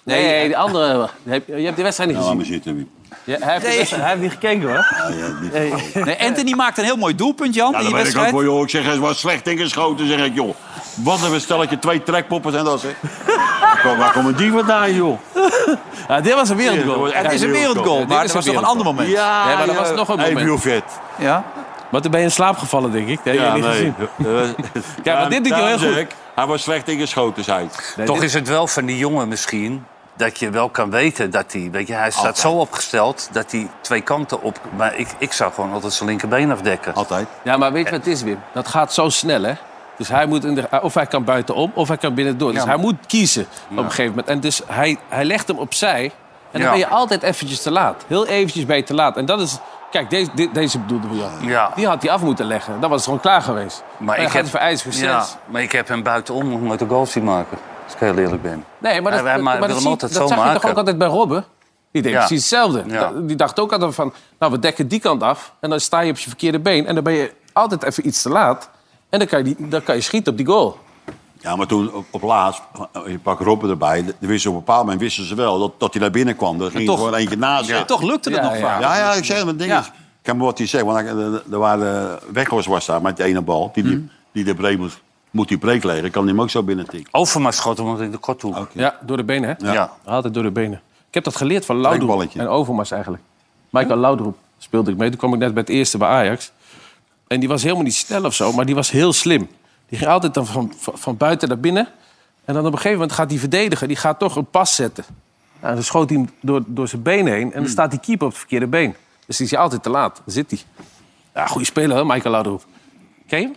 Speaker 5: Nee, nee, de andere... Je hebt, je hebt de wedstrijd niet
Speaker 4: Nou, laat
Speaker 5: gezien.
Speaker 4: me zitten, Wim.
Speaker 5: Ja, hij, heeft de wedstrijd- hij heeft niet gekeken, hoor.
Speaker 4: Ja, ja, niet-
Speaker 5: Nee.
Speaker 2: Nee, Anthony maakt een heel mooi doelpunt, Jan,
Speaker 4: Ja,
Speaker 2: in
Speaker 4: dat
Speaker 2: die
Speaker 4: weet ik ook
Speaker 2: wedstrijd.
Speaker 4: wel, joh. Ik zeg, hij was slecht ingeschoten, zeg ik, joh. Wat een stelletje, twee trekpoppen en dat, zeg. Waar- Waar komen die vandaan, joh?
Speaker 5: Ja, dit was een wereldgoal.
Speaker 4: Ja,
Speaker 2: Het is een wereldgoal,
Speaker 5: dit
Speaker 2: maar
Speaker 5: is
Speaker 2: dat was
Speaker 5: een
Speaker 2: nog een ander moment.
Speaker 4: Ja,
Speaker 5: Ja, maar dat was nog een moment.
Speaker 4: Hey, heel vet.
Speaker 2: Ja?
Speaker 5: Maar toen ben je in slaap gevallen, denk ik. Dat heb je niet gezien.
Speaker 4: Ja,
Speaker 5: maar dit doet hij heel goed.
Speaker 4: Ik, hij was slecht ingeschoten, zei ik.
Speaker 5: Nee,
Speaker 3: Toch
Speaker 5: dit-
Speaker 3: is het wel van die jongen misschien... dat je wel kan weten dat hij... Weet je, hij staat zo opgesteld dat hij twee kanten op... Maar ik, ik zou gewoon altijd zijn linkerbeen afdekken.
Speaker 4: Altijd.
Speaker 5: Ja, maar weet je wat het is, Wim? Dat gaat zo snel, hè? Dus hij moet in de, of hij kan buitenom, of hij kan binnendoor. Dus
Speaker 3: Ja.
Speaker 5: hij moet kiezen op een gegeven moment. En dus hij, hij legt hem opzij. En dan
Speaker 3: Ja.
Speaker 5: ben je altijd eventjes te laat. Heel eventjes ben je te laat. En dat is... Kijk, deze, dit- deze bedoelde we, Jan.
Speaker 3: Ja.
Speaker 5: Die had hij af moeten leggen. Dan was het gewoon klaar geweest.
Speaker 3: Maar
Speaker 5: Maar
Speaker 3: ik
Speaker 5: ik gaat
Speaker 3: heb-
Speaker 5: het vereist voor zes.
Speaker 3: Ja, maar ik heb hem buitenom nog nooit een goal zien maken. Als ik heel eerlijk ben.
Speaker 5: Nee, maar dat,
Speaker 3: Hij- hij
Speaker 5: maar
Speaker 3: wil
Speaker 5: dat,
Speaker 3: hem
Speaker 5: zie-
Speaker 3: altijd
Speaker 5: dat
Speaker 3: zo
Speaker 5: zag je toch
Speaker 3: maken.
Speaker 5: ook altijd bij Robben? Die deed
Speaker 3: Ja.
Speaker 5: precies hetzelfde.
Speaker 3: Ja.
Speaker 5: Die dacht ook altijd van... Nou, we dekken die kant af. En dan sta je op je verkeerde been. En dan ben je altijd even iets te laat. En dan kan je, die, dan kan je schieten op die goal.
Speaker 4: Ja, maar toen op, op laatst, je pakt Robben erbij. De wisten op een bepaald moment wisten ze wel dat, dat hij naar binnen kwam. Dat ging
Speaker 2: toch-
Speaker 4: er gewoon eentje naast.
Speaker 2: Ja, toch lukte het
Speaker 5: Ja,
Speaker 2: nog
Speaker 5: ja.
Speaker 2: vaak.
Speaker 4: Ja, ja, ik zeg het, maar het ding
Speaker 2: Ja.
Speaker 4: is... Ik kan me wat hij zegt, want er, er waren Weghorst was daar met die ene bal. Die, die, die de breed moet, moet die breek leggen. Kan hij hem ook zo binnen tikken.
Speaker 3: Overmars schoot hem in de korthoek.
Speaker 4: Oké.
Speaker 5: Ja, door de benen, hè?
Speaker 4: Ja.
Speaker 3: Ja.
Speaker 5: Altijd door de benen. Ik heb dat geleerd van Laudroep
Speaker 4: Trekballetje.
Speaker 5: en Overmars eigenlijk. Michael Laudroep speelde ik mee. Toen kwam ik net bij het eerste bij Ajax. En die was helemaal niet snel of zo, maar die was heel slim. Die ging altijd dan van, van, van buiten naar binnen. En dan op een gegeven moment gaat die verdediger, die gaat toch een pas zetten. Nou, dan schoot hij hem door, door zijn benen heen. En dan staat die keeper op het verkeerde been. Dus die is hij altijd te laat. Dan zit hij. Ja, goede speler, hè, Michael Laudroep. Ken je hem?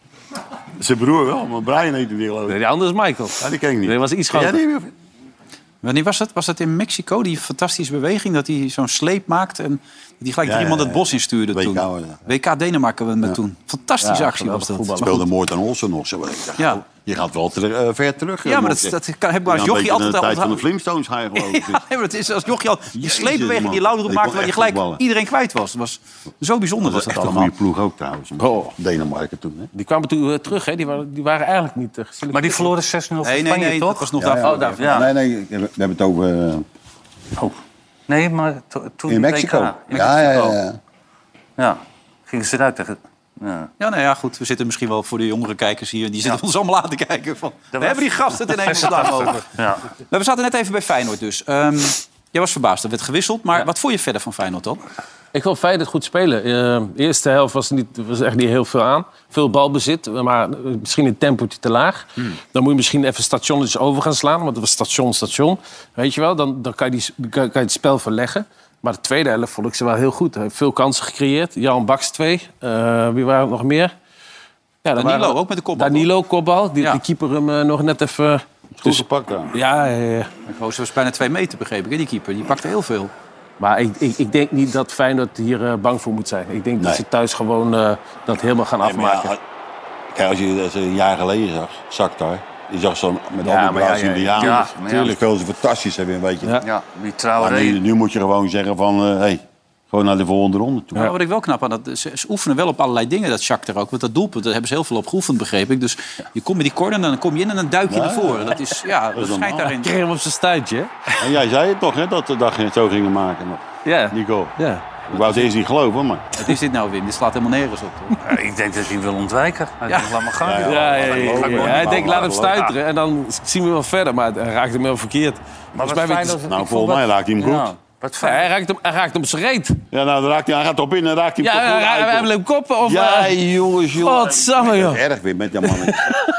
Speaker 4: Zijn broer wel, maar Brian heet hij geloof ik.
Speaker 5: Nee, die andere is Michael.
Speaker 4: Ja, die ken ik niet.
Speaker 5: Die was iets
Speaker 4: Ken jij
Speaker 5: groter.
Speaker 4: die, Wim?
Speaker 2: Wanneer was dat? Was dat in Mexico, die fantastische beweging? Dat hij zo'n sleep maakt en die gelijk
Speaker 4: Ja,
Speaker 2: iemand
Speaker 4: ja,
Speaker 2: het
Speaker 4: ja.
Speaker 2: bos instuurde
Speaker 4: W K,
Speaker 2: toen.
Speaker 4: ja.
Speaker 2: W K Denemarken we met toen. Fantastische
Speaker 5: Ja,
Speaker 2: actie was dat.
Speaker 5: geweldig voetbal.
Speaker 4: Speelde Moorten Olsen nog zo. Ik dacht,
Speaker 2: Ja.
Speaker 4: oh, je gaat wel terug, eh, ver terug.
Speaker 2: Ja, maar dat, dat kan, heb ik als jochie altijd
Speaker 4: de
Speaker 2: al
Speaker 4: tijd van de
Speaker 2: onthouden.
Speaker 4: Flintstones ga je geloof ik.
Speaker 2: Ja, nee, maar dat is als jochie al die
Speaker 4: Jezus,
Speaker 2: sleepbeweging die
Speaker 4: man.
Speaker 2: Laudrup
Speaker 4: Die
Speaker 2: maakte...
Speaker 4: kon
Speaker 2: waar je
Speaker 4: echt
Speaker 2: gelijk
Speaker 4: voetballen.
Speaker 2: iedereen kwijt was. Dat was zo bijzonder was
Speaker 4: Dat
Speaker 2: dat
Speaker 4: was echt een
Speaker 2: allemaal.
Speaker 4: goede ploeg ook trouwens.
Speaker 5: Oh.
Speaker 4: Denemarken toen. Hè?
Speaker 5: Die kwamen toen eh, terug, hè? Die waren, die waren eigenlijk niet uh, geselecteerd.
Speaker 3: Maar die verloren zes nul van
Speaker 2: Nee, nee,
Speaker 3: Spanje,
Speaker 2: nee,
Speaker 3: toch?
Speaker 2: dat was nog
Speaker 4: Ja,
Speaker 2: daarvoor.
Speaker 5: Oh, daarvoor.
Speaker 3: Ja.
Speaker 4: Nee, nee, we hebben het over... eh,
Speaker 3: Oh. Nee, maar to- toen
Speaker 4: in
Speaker 3: die
Speaker 4: Mexico.
Speaker 3: W K. In
Speaker 4: Ja, ja,
Speaker 3: Mexico.
Speaker 4: ja.
Speaker 3: Ja. Gingen ze eruit tegen... Ja.
Speaker 2: Ja, nou ja, goed. We zitten misschien wel voor de jongere kijkers hier. Die zitten
Speaker 3: Ja.
Speaker 2: ons allemaal aan te kijken. Van, we
Speaker 3: was-
Speaker 2: hebben die gasten het ineens vandaag over.
Speaker 3: Ja.
Speaker 2: Maar we zaten net even bij Feyenoord dus. Ehm, jij was verbaasd, er werd gewisseld. Maar wat vond je verder van Feyenoord dan?
Speaker 5: Ik vond Feyenoord goed spelen. Eh, de eerste helft was, niet, was echt niet heel veel aan. Veel balbezit, maar misschien een tempootje te laag. Dan moet je misschien even stationnetjes over gaan slaan. Want het was station, station. Weet je wel, dan, dan kan, je die, kan, kan je het spel verleggen. Maar de tweede helft vond ik ze wel heel goed. Hij heeft veel kansen gecreëerd. Jan Baks twee. Uh, wie waren er nog meer? Ja,
Speaker 2: Danilo
Speaker 5: waren,
Speaker 2: ook met de kopbal.
Speaker 5: Danilo, kopbal. Die,
Speaker 2: Ja.
Speaker 5: die keeper hem uh, nog net even...
Speaker 4: Goed gepakt dan.
Speaker 5: Ja, ja, ja.
Speaker 2: Gozer was bijna twee meter, begreep ik, hè, die keeper. Die pakte heel veel.
Speaker 5: Maar ik, ik, ik denk niet dat Feyenoord hier uh, bang voor moet zijn. Ik denk dat
Speaker 4: Nee.
Speaker 5: ze thuis gewoon uh, dat helemaal gaan
Speaker 4: Nee, maar
Speaker 5: afmaken.
Speaker 4: ja, kijk, als je dat een jaar geleden zag, Shakhtar. Je zag zo met
Speaker 5: Ja,
Speaker 4: al die
Speaker 5: maar ja, ja,
Speaker 4: Brazilianen.
Speaker 3: ja.
Speaker 4: Ja,
Speaker 3: Ja,
Speaker 4: tuurlijk speelden ze fantastisch, hebben weet je.
Speaker 5: Ja.
Speaker 3: Ja, die
Speaker 4: Maar
Speaker 3: Traoré.
Speaker 4: nu, nu moet je gewoon zeggen van, hé, hey, gewoon naar de volgende ronde toe.
Speaker 2: Maar wat ik wel knap aan, dat, ze, ze oefenen wel op allerlei dingen, dat Shakhtar ook. Want dat doelpunt, daar hebben ze heel veel op geoefend, begreep ik. Dus je komt met die corner en dan kom je in en dan duik je
Speaker 4: Ja,
Speaker 2: naar voren.
Speaker 4: ja.
Speaker 2: Dat is, ja, dat
Speaker 4: is
Speaker 2: schijnt
Speaker 4: normaal.
Speaker 2: daarin.
Speaker 5: Kreeg hem op zijn stuitje, hè?
Speaker 4: En jij zei het toch, hè, dat we dat zo gingen maken. Nog.
Speaker 5: Ja.
Speaker 4: Die goal.
Speaker 5: Ja.
Speaker 4: Ik wou het eerst niet geloven, maar...
Speaker 2: Wat is dit nou, Wim? Dit slaat helemaal nergens op. Toch?
Speaker 3: Ja, ik denk dat hij wil ontwijken. Hij
Speaker 2: Ja.
Speaker 3: denkt, laat maar gaan.
Speaker 4: Ja,
Speaker 3: joh.
Speaker 5: Ja, ja, ja, ja,
Speaker 4: geloof
Speaker 5: ja.
Speaker 4: ik.
Speaker 5: Hij denkt, laat hem
Speaker 4: Geloof ik.
Speaker 5: stuiteren en dan zien we wel verder. Maar hij raakt hem wel verkeerd.
Speaker 3: Maar
Speaker 5: Volgens
Speaker 3: wat
Speaker 5: mij
Speaker 3: fijn
Speaker 5: weet
Speaker 3: dat...
Speaker 4: Nou,
Speaker 3: ik
Speaker 4: volgens
Speaker 3: vond
Speaker 4: mij
Speaker 3: dat-
Speaker 4: raakt hij hem goed.
Speaker 3: Ja, wat
Speaker 5: Ja,
Speaker 3: fijn.
Speaker 5: hij, raakt hem, hij raakt hem op zijn reet.
Speaker 4: Ja, nou, dan raakt hij, hij gaat op in en raakt hij
Speaker 5: Ja,
Speaker 4: hem
Speaker 5: hij,
Speaker 4: toch
Speaker 5: hij, hij,
Speaker 4: goed
Speaker 5: wil hem koppen of...
Speaker 4: Ja,
Speaker 5: eh,
Speaker 4: jongens, jongens.
Speaker 5: Godsamme, joh.
Speaker 4: Erg weer met die mannen.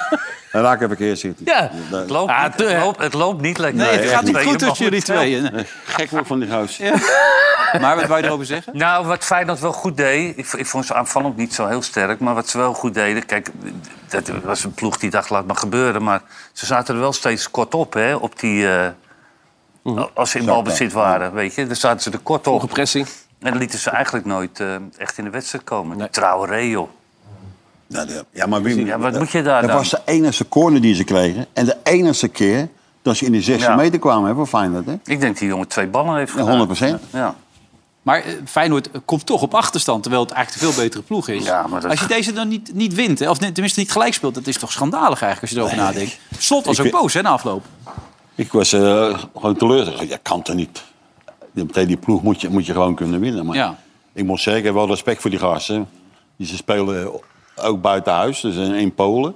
Speaker 4: Dan raak ik verkeerd zitten.
Speaker 5: Ja.
Speaker 3: Het loopt,
Speaker 5: Ah,
Speaker 3: niet,
Speaker 5: te-
Speaker 3: het, loopt, het loopt niet lekker.
Speaker 2: Nee, het
Speaker 3: Nee,
Speaker 2: gaat niet
Speaker 3: echt
Speaker 2: goed
Speaker 3: Je mag
Speaker 2: tussen jullie
Speaker 3: het wel.
Speaker 2: tweeën.
Speaker 4: Gek wordt van die goos.
Speaker 2: Maar wat wou je erover zeggen?
Speaker 3: Nou, wat Feyenoord wel goed deed... Ik, ik vond ze aanvallend niet zo heel sterk... maar wat ze wel goed deden... Kijk, dat was een ploeg die dacht, laat maar gebeuren... maar ze zaten er wel steeds kort op, hè, op die... eh, als ze in balbezit waren, weet je. Dan zaten ze er kort op.
Speaker 5: Hoge pressing.
Speaker 3: En dan lieten ze eigenlijk nooit eh, echt in de wedstrijd komen.
Speaker 5: Nee.
Speaker 3: Traoré, joh.
Speaker 4: Ja, de- ja, maar Wim,
Speaker 3: Ja, wat moet je daar
Speaker 4: dat
Speaker 3: dan?
Speaker 4: was de enige corner die ze kregen. En de enige keer dat ze in de zestien
Speaker 3: Ja.
Speaker 4: meter kwamen, hè, voor Feyenoord. Hè?
Speaker 3: Ik denk dat die jongen twee ballen heeft
Speaker 4: Ja,
Speaker 3: gedaan.
Speaker 4: honderd procent.
Speaker 3: Ja.
Speaker 2: Maar eh, Feyenoord komt toch op achterstand, terwijl het eigenlijk een veel betere ploeg is.
Speaker 3: Ja, maar dat-
Speaker 2: Als je deze dan niet, niet wint, hè, of tenminste niet gelijk speelt... dat is toch schandalig eigenlijk als je erover nadenkt. Slot was
Speaker 4: Ik
Speaker 2: ook
Speaker 4: vind-
Speaker 2: boos, hè, na afloop.
Speaker 4: Ik was uh, gewoon teleurgesteld. Ja, kan toch niet. Tegen die ploeg moet je, moet je gewoon kunnen winnen. Maar
Speaker 2: Ja.
Speaker 4: ik moet zeggen, ik heb wel respect voor die gasten. Die ze spelen ook buiten huis, dus in, in Polen.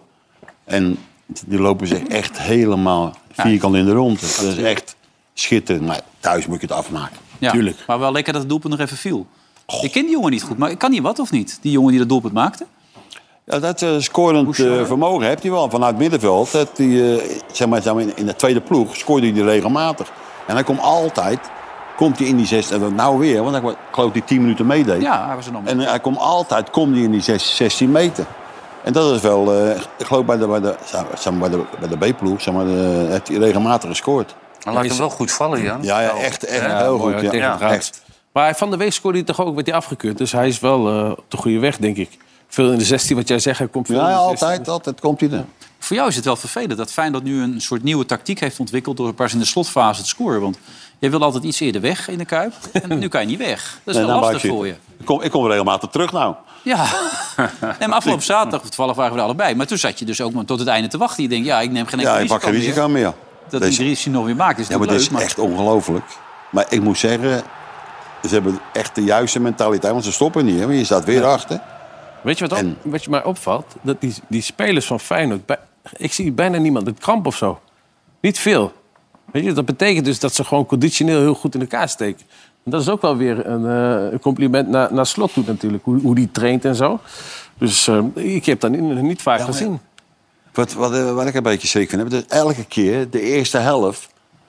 Speaker 4: En die lopen zich echt helemaal vierkant in de rond. Dat is echt schitterend. Maar thuis moet je het afmaken.
Speaker 2: Ja.
Speaker 4: Tuurlijk.
Speaker 2: Maar wel lekker dat het doelpunt nog even viel. Ik ken die jongen niet goed, maar kan hij wat of niet? Die jongen die dat doelpunt maakte?
Speaker 4: Ja, dat uh, scorend uh, vermogen heeft hij wel. Vanuit het middenveld, dat die, uh, zeg maar, zeg maar, in de tweede ploeg scoorde hij die regelmatig. En hij komt altijd, komt hij in die zestien, nou weer, want ik geloof die tien minuten meedeed.
Speaker 2: Ja, hij was er nog mee.
Speaker 4: En uh, hij komt altijd, komt hij in die zestien meter. En dat is wel, uh, ik geloof bij de, bij de, zeg maar, bij de, bij de B-ploeg, zeg maar, de, heeft hij regelmatig gescoord.
Speaker 3: Hij laat hem wel goed vallen, Jan.
Speaker 4: Ja, ja echt, echt
Speaker 5: Ja,
Speaker 4: heel
Speaker 5: mooi,
Speaker 4: goed.
Speaker 5: tegen
Speaker 4: Ja,
Speaker 5: het raad.
Speaker 4: echt.
Speaker 5: Maar van de week scoorde hij toch ook, werd hij afgekeurd. Dus hij is wel uh, op de goede weg, denk ik. Veel in de zestien, wat jij zegt, hij komt veel
Speaker 4: Ja,
Speaker 5: in de
Speaker 4: altijd,
Speaker 5: zestien.
Speaker 4: altijd komt hij er.
Speaker 2: Voor jou is het wel vervelend dat Feyenoord nu een soort nieuwe tactiek heeft ontwikkeld door pas in de slotfase te scoren. Want je wil altijd iets eerder weg in de Kuip. En nu kan je niet weg. Dat is
Speaker 4: Nee,
Speaker 2: wel
Speaker 4: nou,
Speaker 2: lastig
Speaker 4: maar
Speaker 2: voor je.
Speaker 4: Ik kom, ik kom regelmatig terug nou.
Speaker 2: Ja. Nee, maar afgelopen zaterdag, toevallig waren we er allebei. Maar toen zat je dus ook maar tot het einde te wachten. Je denkt, ja, ik neem geen enkel
Speaker 4: Ja, ik pak geen
Speaker 2: risico
Speaker 4: risico
Speaker 2: meer.
Speaker 4: meer.
Speaker 2: Dat
Speaker 4: Dus-
Speaker 2: die risico nog weer maakt, is
Speaker 4: Ja, maar
Speaker 2: natuurlijk
Speaker 4: dat
Speaker 2: leuk.
Speaker 4: is echt ongelooflijk. Maar ik moet zeggen, ze hebben echt de juiste mentaliteit. Want ze stoppen niet, hè. Maar je staat weer achter.
Speaker 5: Weet je wat, op,
Speaker 4: En-
Speaker 5: wat je mij opvalt? Dat die, die spelers van Feyenoord... bij- ik zie bijna niemand met kramp of zo. Niet veel. Weet je, dat betekent dus dat ze gewoon conditioneel heel goed in elkaar steken. En dat is ook wel weer een, uh, een compliment naar, naar Slot toe natuurlijk. Hoe, hoe die traint en zo. Dus uh, ik heb dat niet, niet vaak
Speaker 4: Ja, maar-
Speaker 5: gezien.
Speaker 4: Wat, wat, eh, wat ik een beetje schrik vind, is elke keer de eerste helft...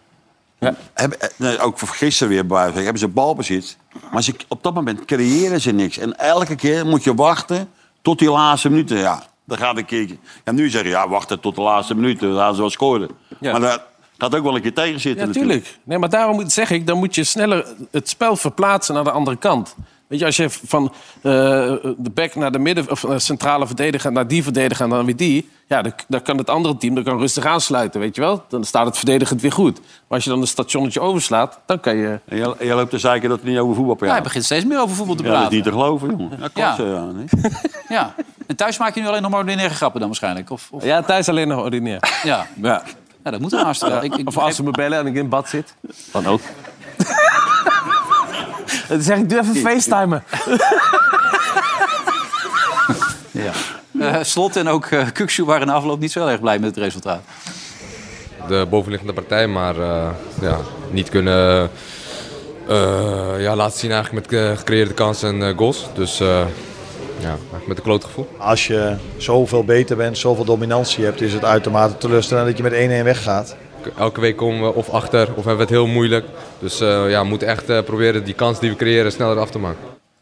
Speaker 5: Ja.
Speaker 4: Hebben, eh, nee, ook voor gisteren weer bij hebben ze balbezit. Maar ze, op dat moment creëren ze niks. En elke keer moet je wachten tot die laatste minuten. Ja, dan gaat een keertje. Ja, nu zeggen ja, wachten tot de laatste minuten. Dan gaan ze wel scoren.
Speaker 5: Ja.
Speaker 4: Maar dat gaat ook wel een keer tegen zitten.
Speaker 5: Ja,
Speaker 4: natuurlijk.
Speaker 5: tuurlijk. Nee, maar daarom moet, zeg ik, dan moet je sneller het spel verplaatsen naar de andere kant. Weet je, als je van uh, de back naar de midden, of uh, centrale verdediger naar die verdediger en dan weer die, ja, dan, dan kan het andere team dan kan rustig aansluiten, weet je wel? Dan staat het verdedigend weer goed. Maar als je dan een stationnetje overslaat, dan kan je.
Speaker 4: En je, en je loopt te zeiken dat we niet over voetbal
Speaker 2: Ja,
Speaker 4: praten.
Speaker 2: hij begint steeds meer over voetbal te
Speaker 4: Ja, dat is
Speaker 2: praten.
Speaker 4: niet te geloven, jongen. Ja,
Speaker 2: Ja.
Speaker 4: klasse, ja. nee.
Speaker 2: Ja. En thuis maak je nu alleen nog maar ordinaire grappen dan waarschijnlijk? Of, of...
Speaker 5: Ja, thuis alleen nog ordinair.
Speaker 2: Ja.
Speaker 5: Ja.
Speaker 2: Ja, dat moet dan haast wel. Ik, ik,
Speaker 5: Of als ze me bellen en ik in bad zit, dan ook. Dan zeg ik, doe even facetimen.
Speaker 2: Ja. Uh, Slot en ook uh, Kukçu waren in de afloop niet zo heel erg blij met het resultaat.
Speaker 8: De bovenliggende partij, maar uh, ja, niet kunnen uh, ja, laten zien eigenlijk met uh, gecreëerde kansen en uh, goals. Dus uh, ja, eigenlijk met een kloot gevoel.
Speaker 9: Als je zoveel beter bent, zoveel dominantie hebt, is het uitermate teleurstellend dat je met één-één weggaat.
Speaker 8: Elke week komen we of achter of hebben we het heel moeilijk. Dus uh, ja, we moeten echt uh, proberen die kans die we creëren sneller af te maken.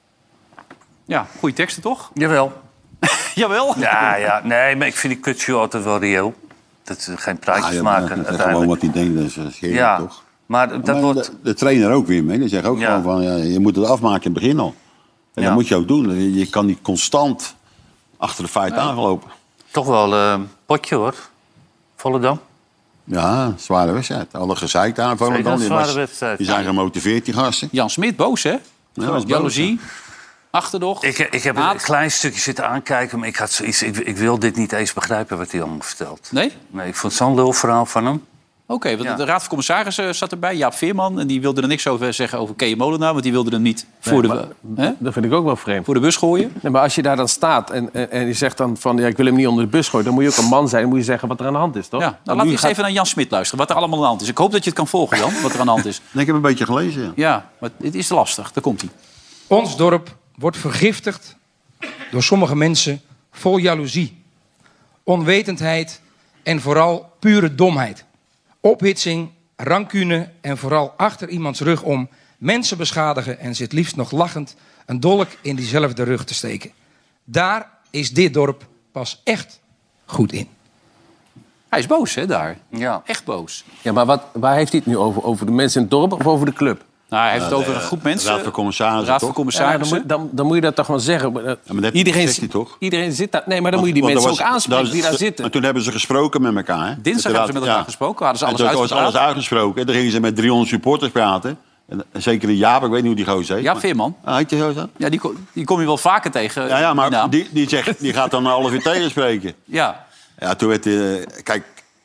Speaker 2: Ja, goede teksten toch?
Speaker 3: Jawel.
Speaker 2: Jawel.
Speaker 3: Ja, ja. Nee, maar ik vind die Kutsu altijd wel reëel. Dat is geen praatjes
Speaker 4: Ah, ja,
Speaker 3: maken
Speaker 4: dat is
Speaker 3: uiteindelijk.
Speaker 4: gewoon wat hij denkt, dat is uh, scheer,
Speaker 3: Ja,
Speaker 4: toch?
Speaker 3: maar dat
Speaker 4: Maar
Speaker 3: wordt...
Speaker 4: de, de trainer ook weer mee. Die zegt ook
Speaker 3: Ja.
Speaker 4: gewoon van, ja, je moet het afmaken in het begin al. En
Speaker 3: Ja.
Speaker 4: dat moet je ook doen. Je, je kan niet constant achter de feiten aangelopen.
Speaker 3: Toch wel een uh, potje, hoor. Volendam.
Speaker 4: Ja, zware wedstrijd. Alle gezeik aan
Speaker 3: Zeker
Speaker 4: Volendam.
Speaker 3: een
Speaker 4: Die,
Speaker 3: zware
Speaker 4: was-
Speaker 3: wedstrijd.
Speaker 4: die zijn gemotiveerd, die gasten.
Speaker 2: Jan Smit, boos hè?
Speaker 4: Ja, dat is boos,
Speaker 2: Jaloezie, achterdocht.
Speaker 3: Ik, ik heb
Speaker 2: haat.
Speaker 3: een klein stukje zitten aankijken, maar ik, had zoiets, ik, ik wil dit niet eens begrijpen wat hij allemaal vertelt.
Speaker 2: Nee?
Speaker 3: Nee, ik vond het zo'n lulverhaal van hem.
Speaker 2: Oké, want
Speaker 3: Ja.
Speaker 2: de Raad van Commissarissen zat erbij, Jaap Veerman. En die wilde er niks over zeggen over Kees Molenaar. Want die wilde hem niet voor,
Speaker 5: Nee,
Speaker 2: de,
Speaker 5: maar-
Speaker 2: hè?
Speaker 5: Dat vind ik ook wel vreemd.
Speaker 2: voor de bus gooien.
Speaker 5: Nee, maar als je daar dan staat en, en, en je zegt dan van... Ja, ik wil hem niet onder de bus gooien, dan moet je ook een man zijn. Dan moet je zeggen wat er aan de hand is, toch?
Speaker 2: Ja,
Speaker 5: Want
Speaker 2: nou, laten
Speaker 5: nu
Speaker 2: we eens
Speaker 5: gaat-
Speaker 2: even naar Jan Smit luisteren. Wat er allemaal aan de hand is. Ik hoop dat je het kan volgen, Jan. Wat er aan de hand is.
Speaker 4: En ik heb een beetje gelezen. Ja.
Speaker 2: Ja, maar het is lastig. Daar komt hij.
Speaker 10: Ons dorp wordt vergiftigd door sommige mensen vol jaloezie, onwetendheid en vooral pure domheid. Ophitsing, rancune en vooral achter iemands rug om mensen beschadigen en zit liefst nog lachend een dolk in diezelfde rug te steken. Daar is dit dorp pas echt goed in.
Speaker 2: Hij is boos, hè, daar.
Speaker 3: Ja.
Speaker 2: Echt boos.
Speaker 5: Ja, maar wat, waar heeft hij het nu over? Over de mensen in het dorp of over de club?
Speaker 2: Nou, hij heeft het over een groep mensen.
Speaker 4: Raad van Commissarissen,
Speaker 2: Raad van
Speaker 4: toch?
Speaker 5: Ja, dan,
Speaker 2: Commissarissen.
Speaker 5: moet, dan, dan moet je dat toch wel zeggen. Maar, uh,
Speaker 4: maar dat
Speaker 5: iedereen,
Speaker 4: zegt hij toch?
Speaker 5: Iedereen zit daar. Nee, maar dan moet je die
Speaker 4: Want
Speaker 5: mensen
Speaker 4: er
Speaker 5: ook
Speaker 4: was-
Speaker 5: aanspreken
Speaker 4: dat-
Speaker 5: die daar
Speaker 4: Maar
Speaker 5: zitten.
Speaker 4: toen hebben ze gesproken met elkaar. Hè?
Speaker 2: Dinsdag hebben ze met elkaar
Speaker 4: Ja.
Speaker 2: gesproken. Hadden ze
Speaker 4: En
Speaker 2: alles
Speaker 4: toen was alles
Speaker 2: uitgepraat.
Speaker 4: uitgesproken. En dan gingen ze met driehonderd supporters praten. En, en zeker de Jaap, ik weet niet hoe die gozer heet.
Speaker 2: Ja,
Speaker 4: maar-
Speaker 2: Veerman.
Speaker 4: Ah, heet die gozer?
Speaker 2: Ja, die, ko- die kom je wel vaker tegen.
Speaker 4: Ja, ja,
Speaker 2: die
Speaker 4: maar
Speaker 2: naam.
Speaker 4: die, die, zegt, die gaat dan een half uur tegenspreken.
Speaker 2: Ja,
Speaker 4: Ja, toen werd hij... Kijk,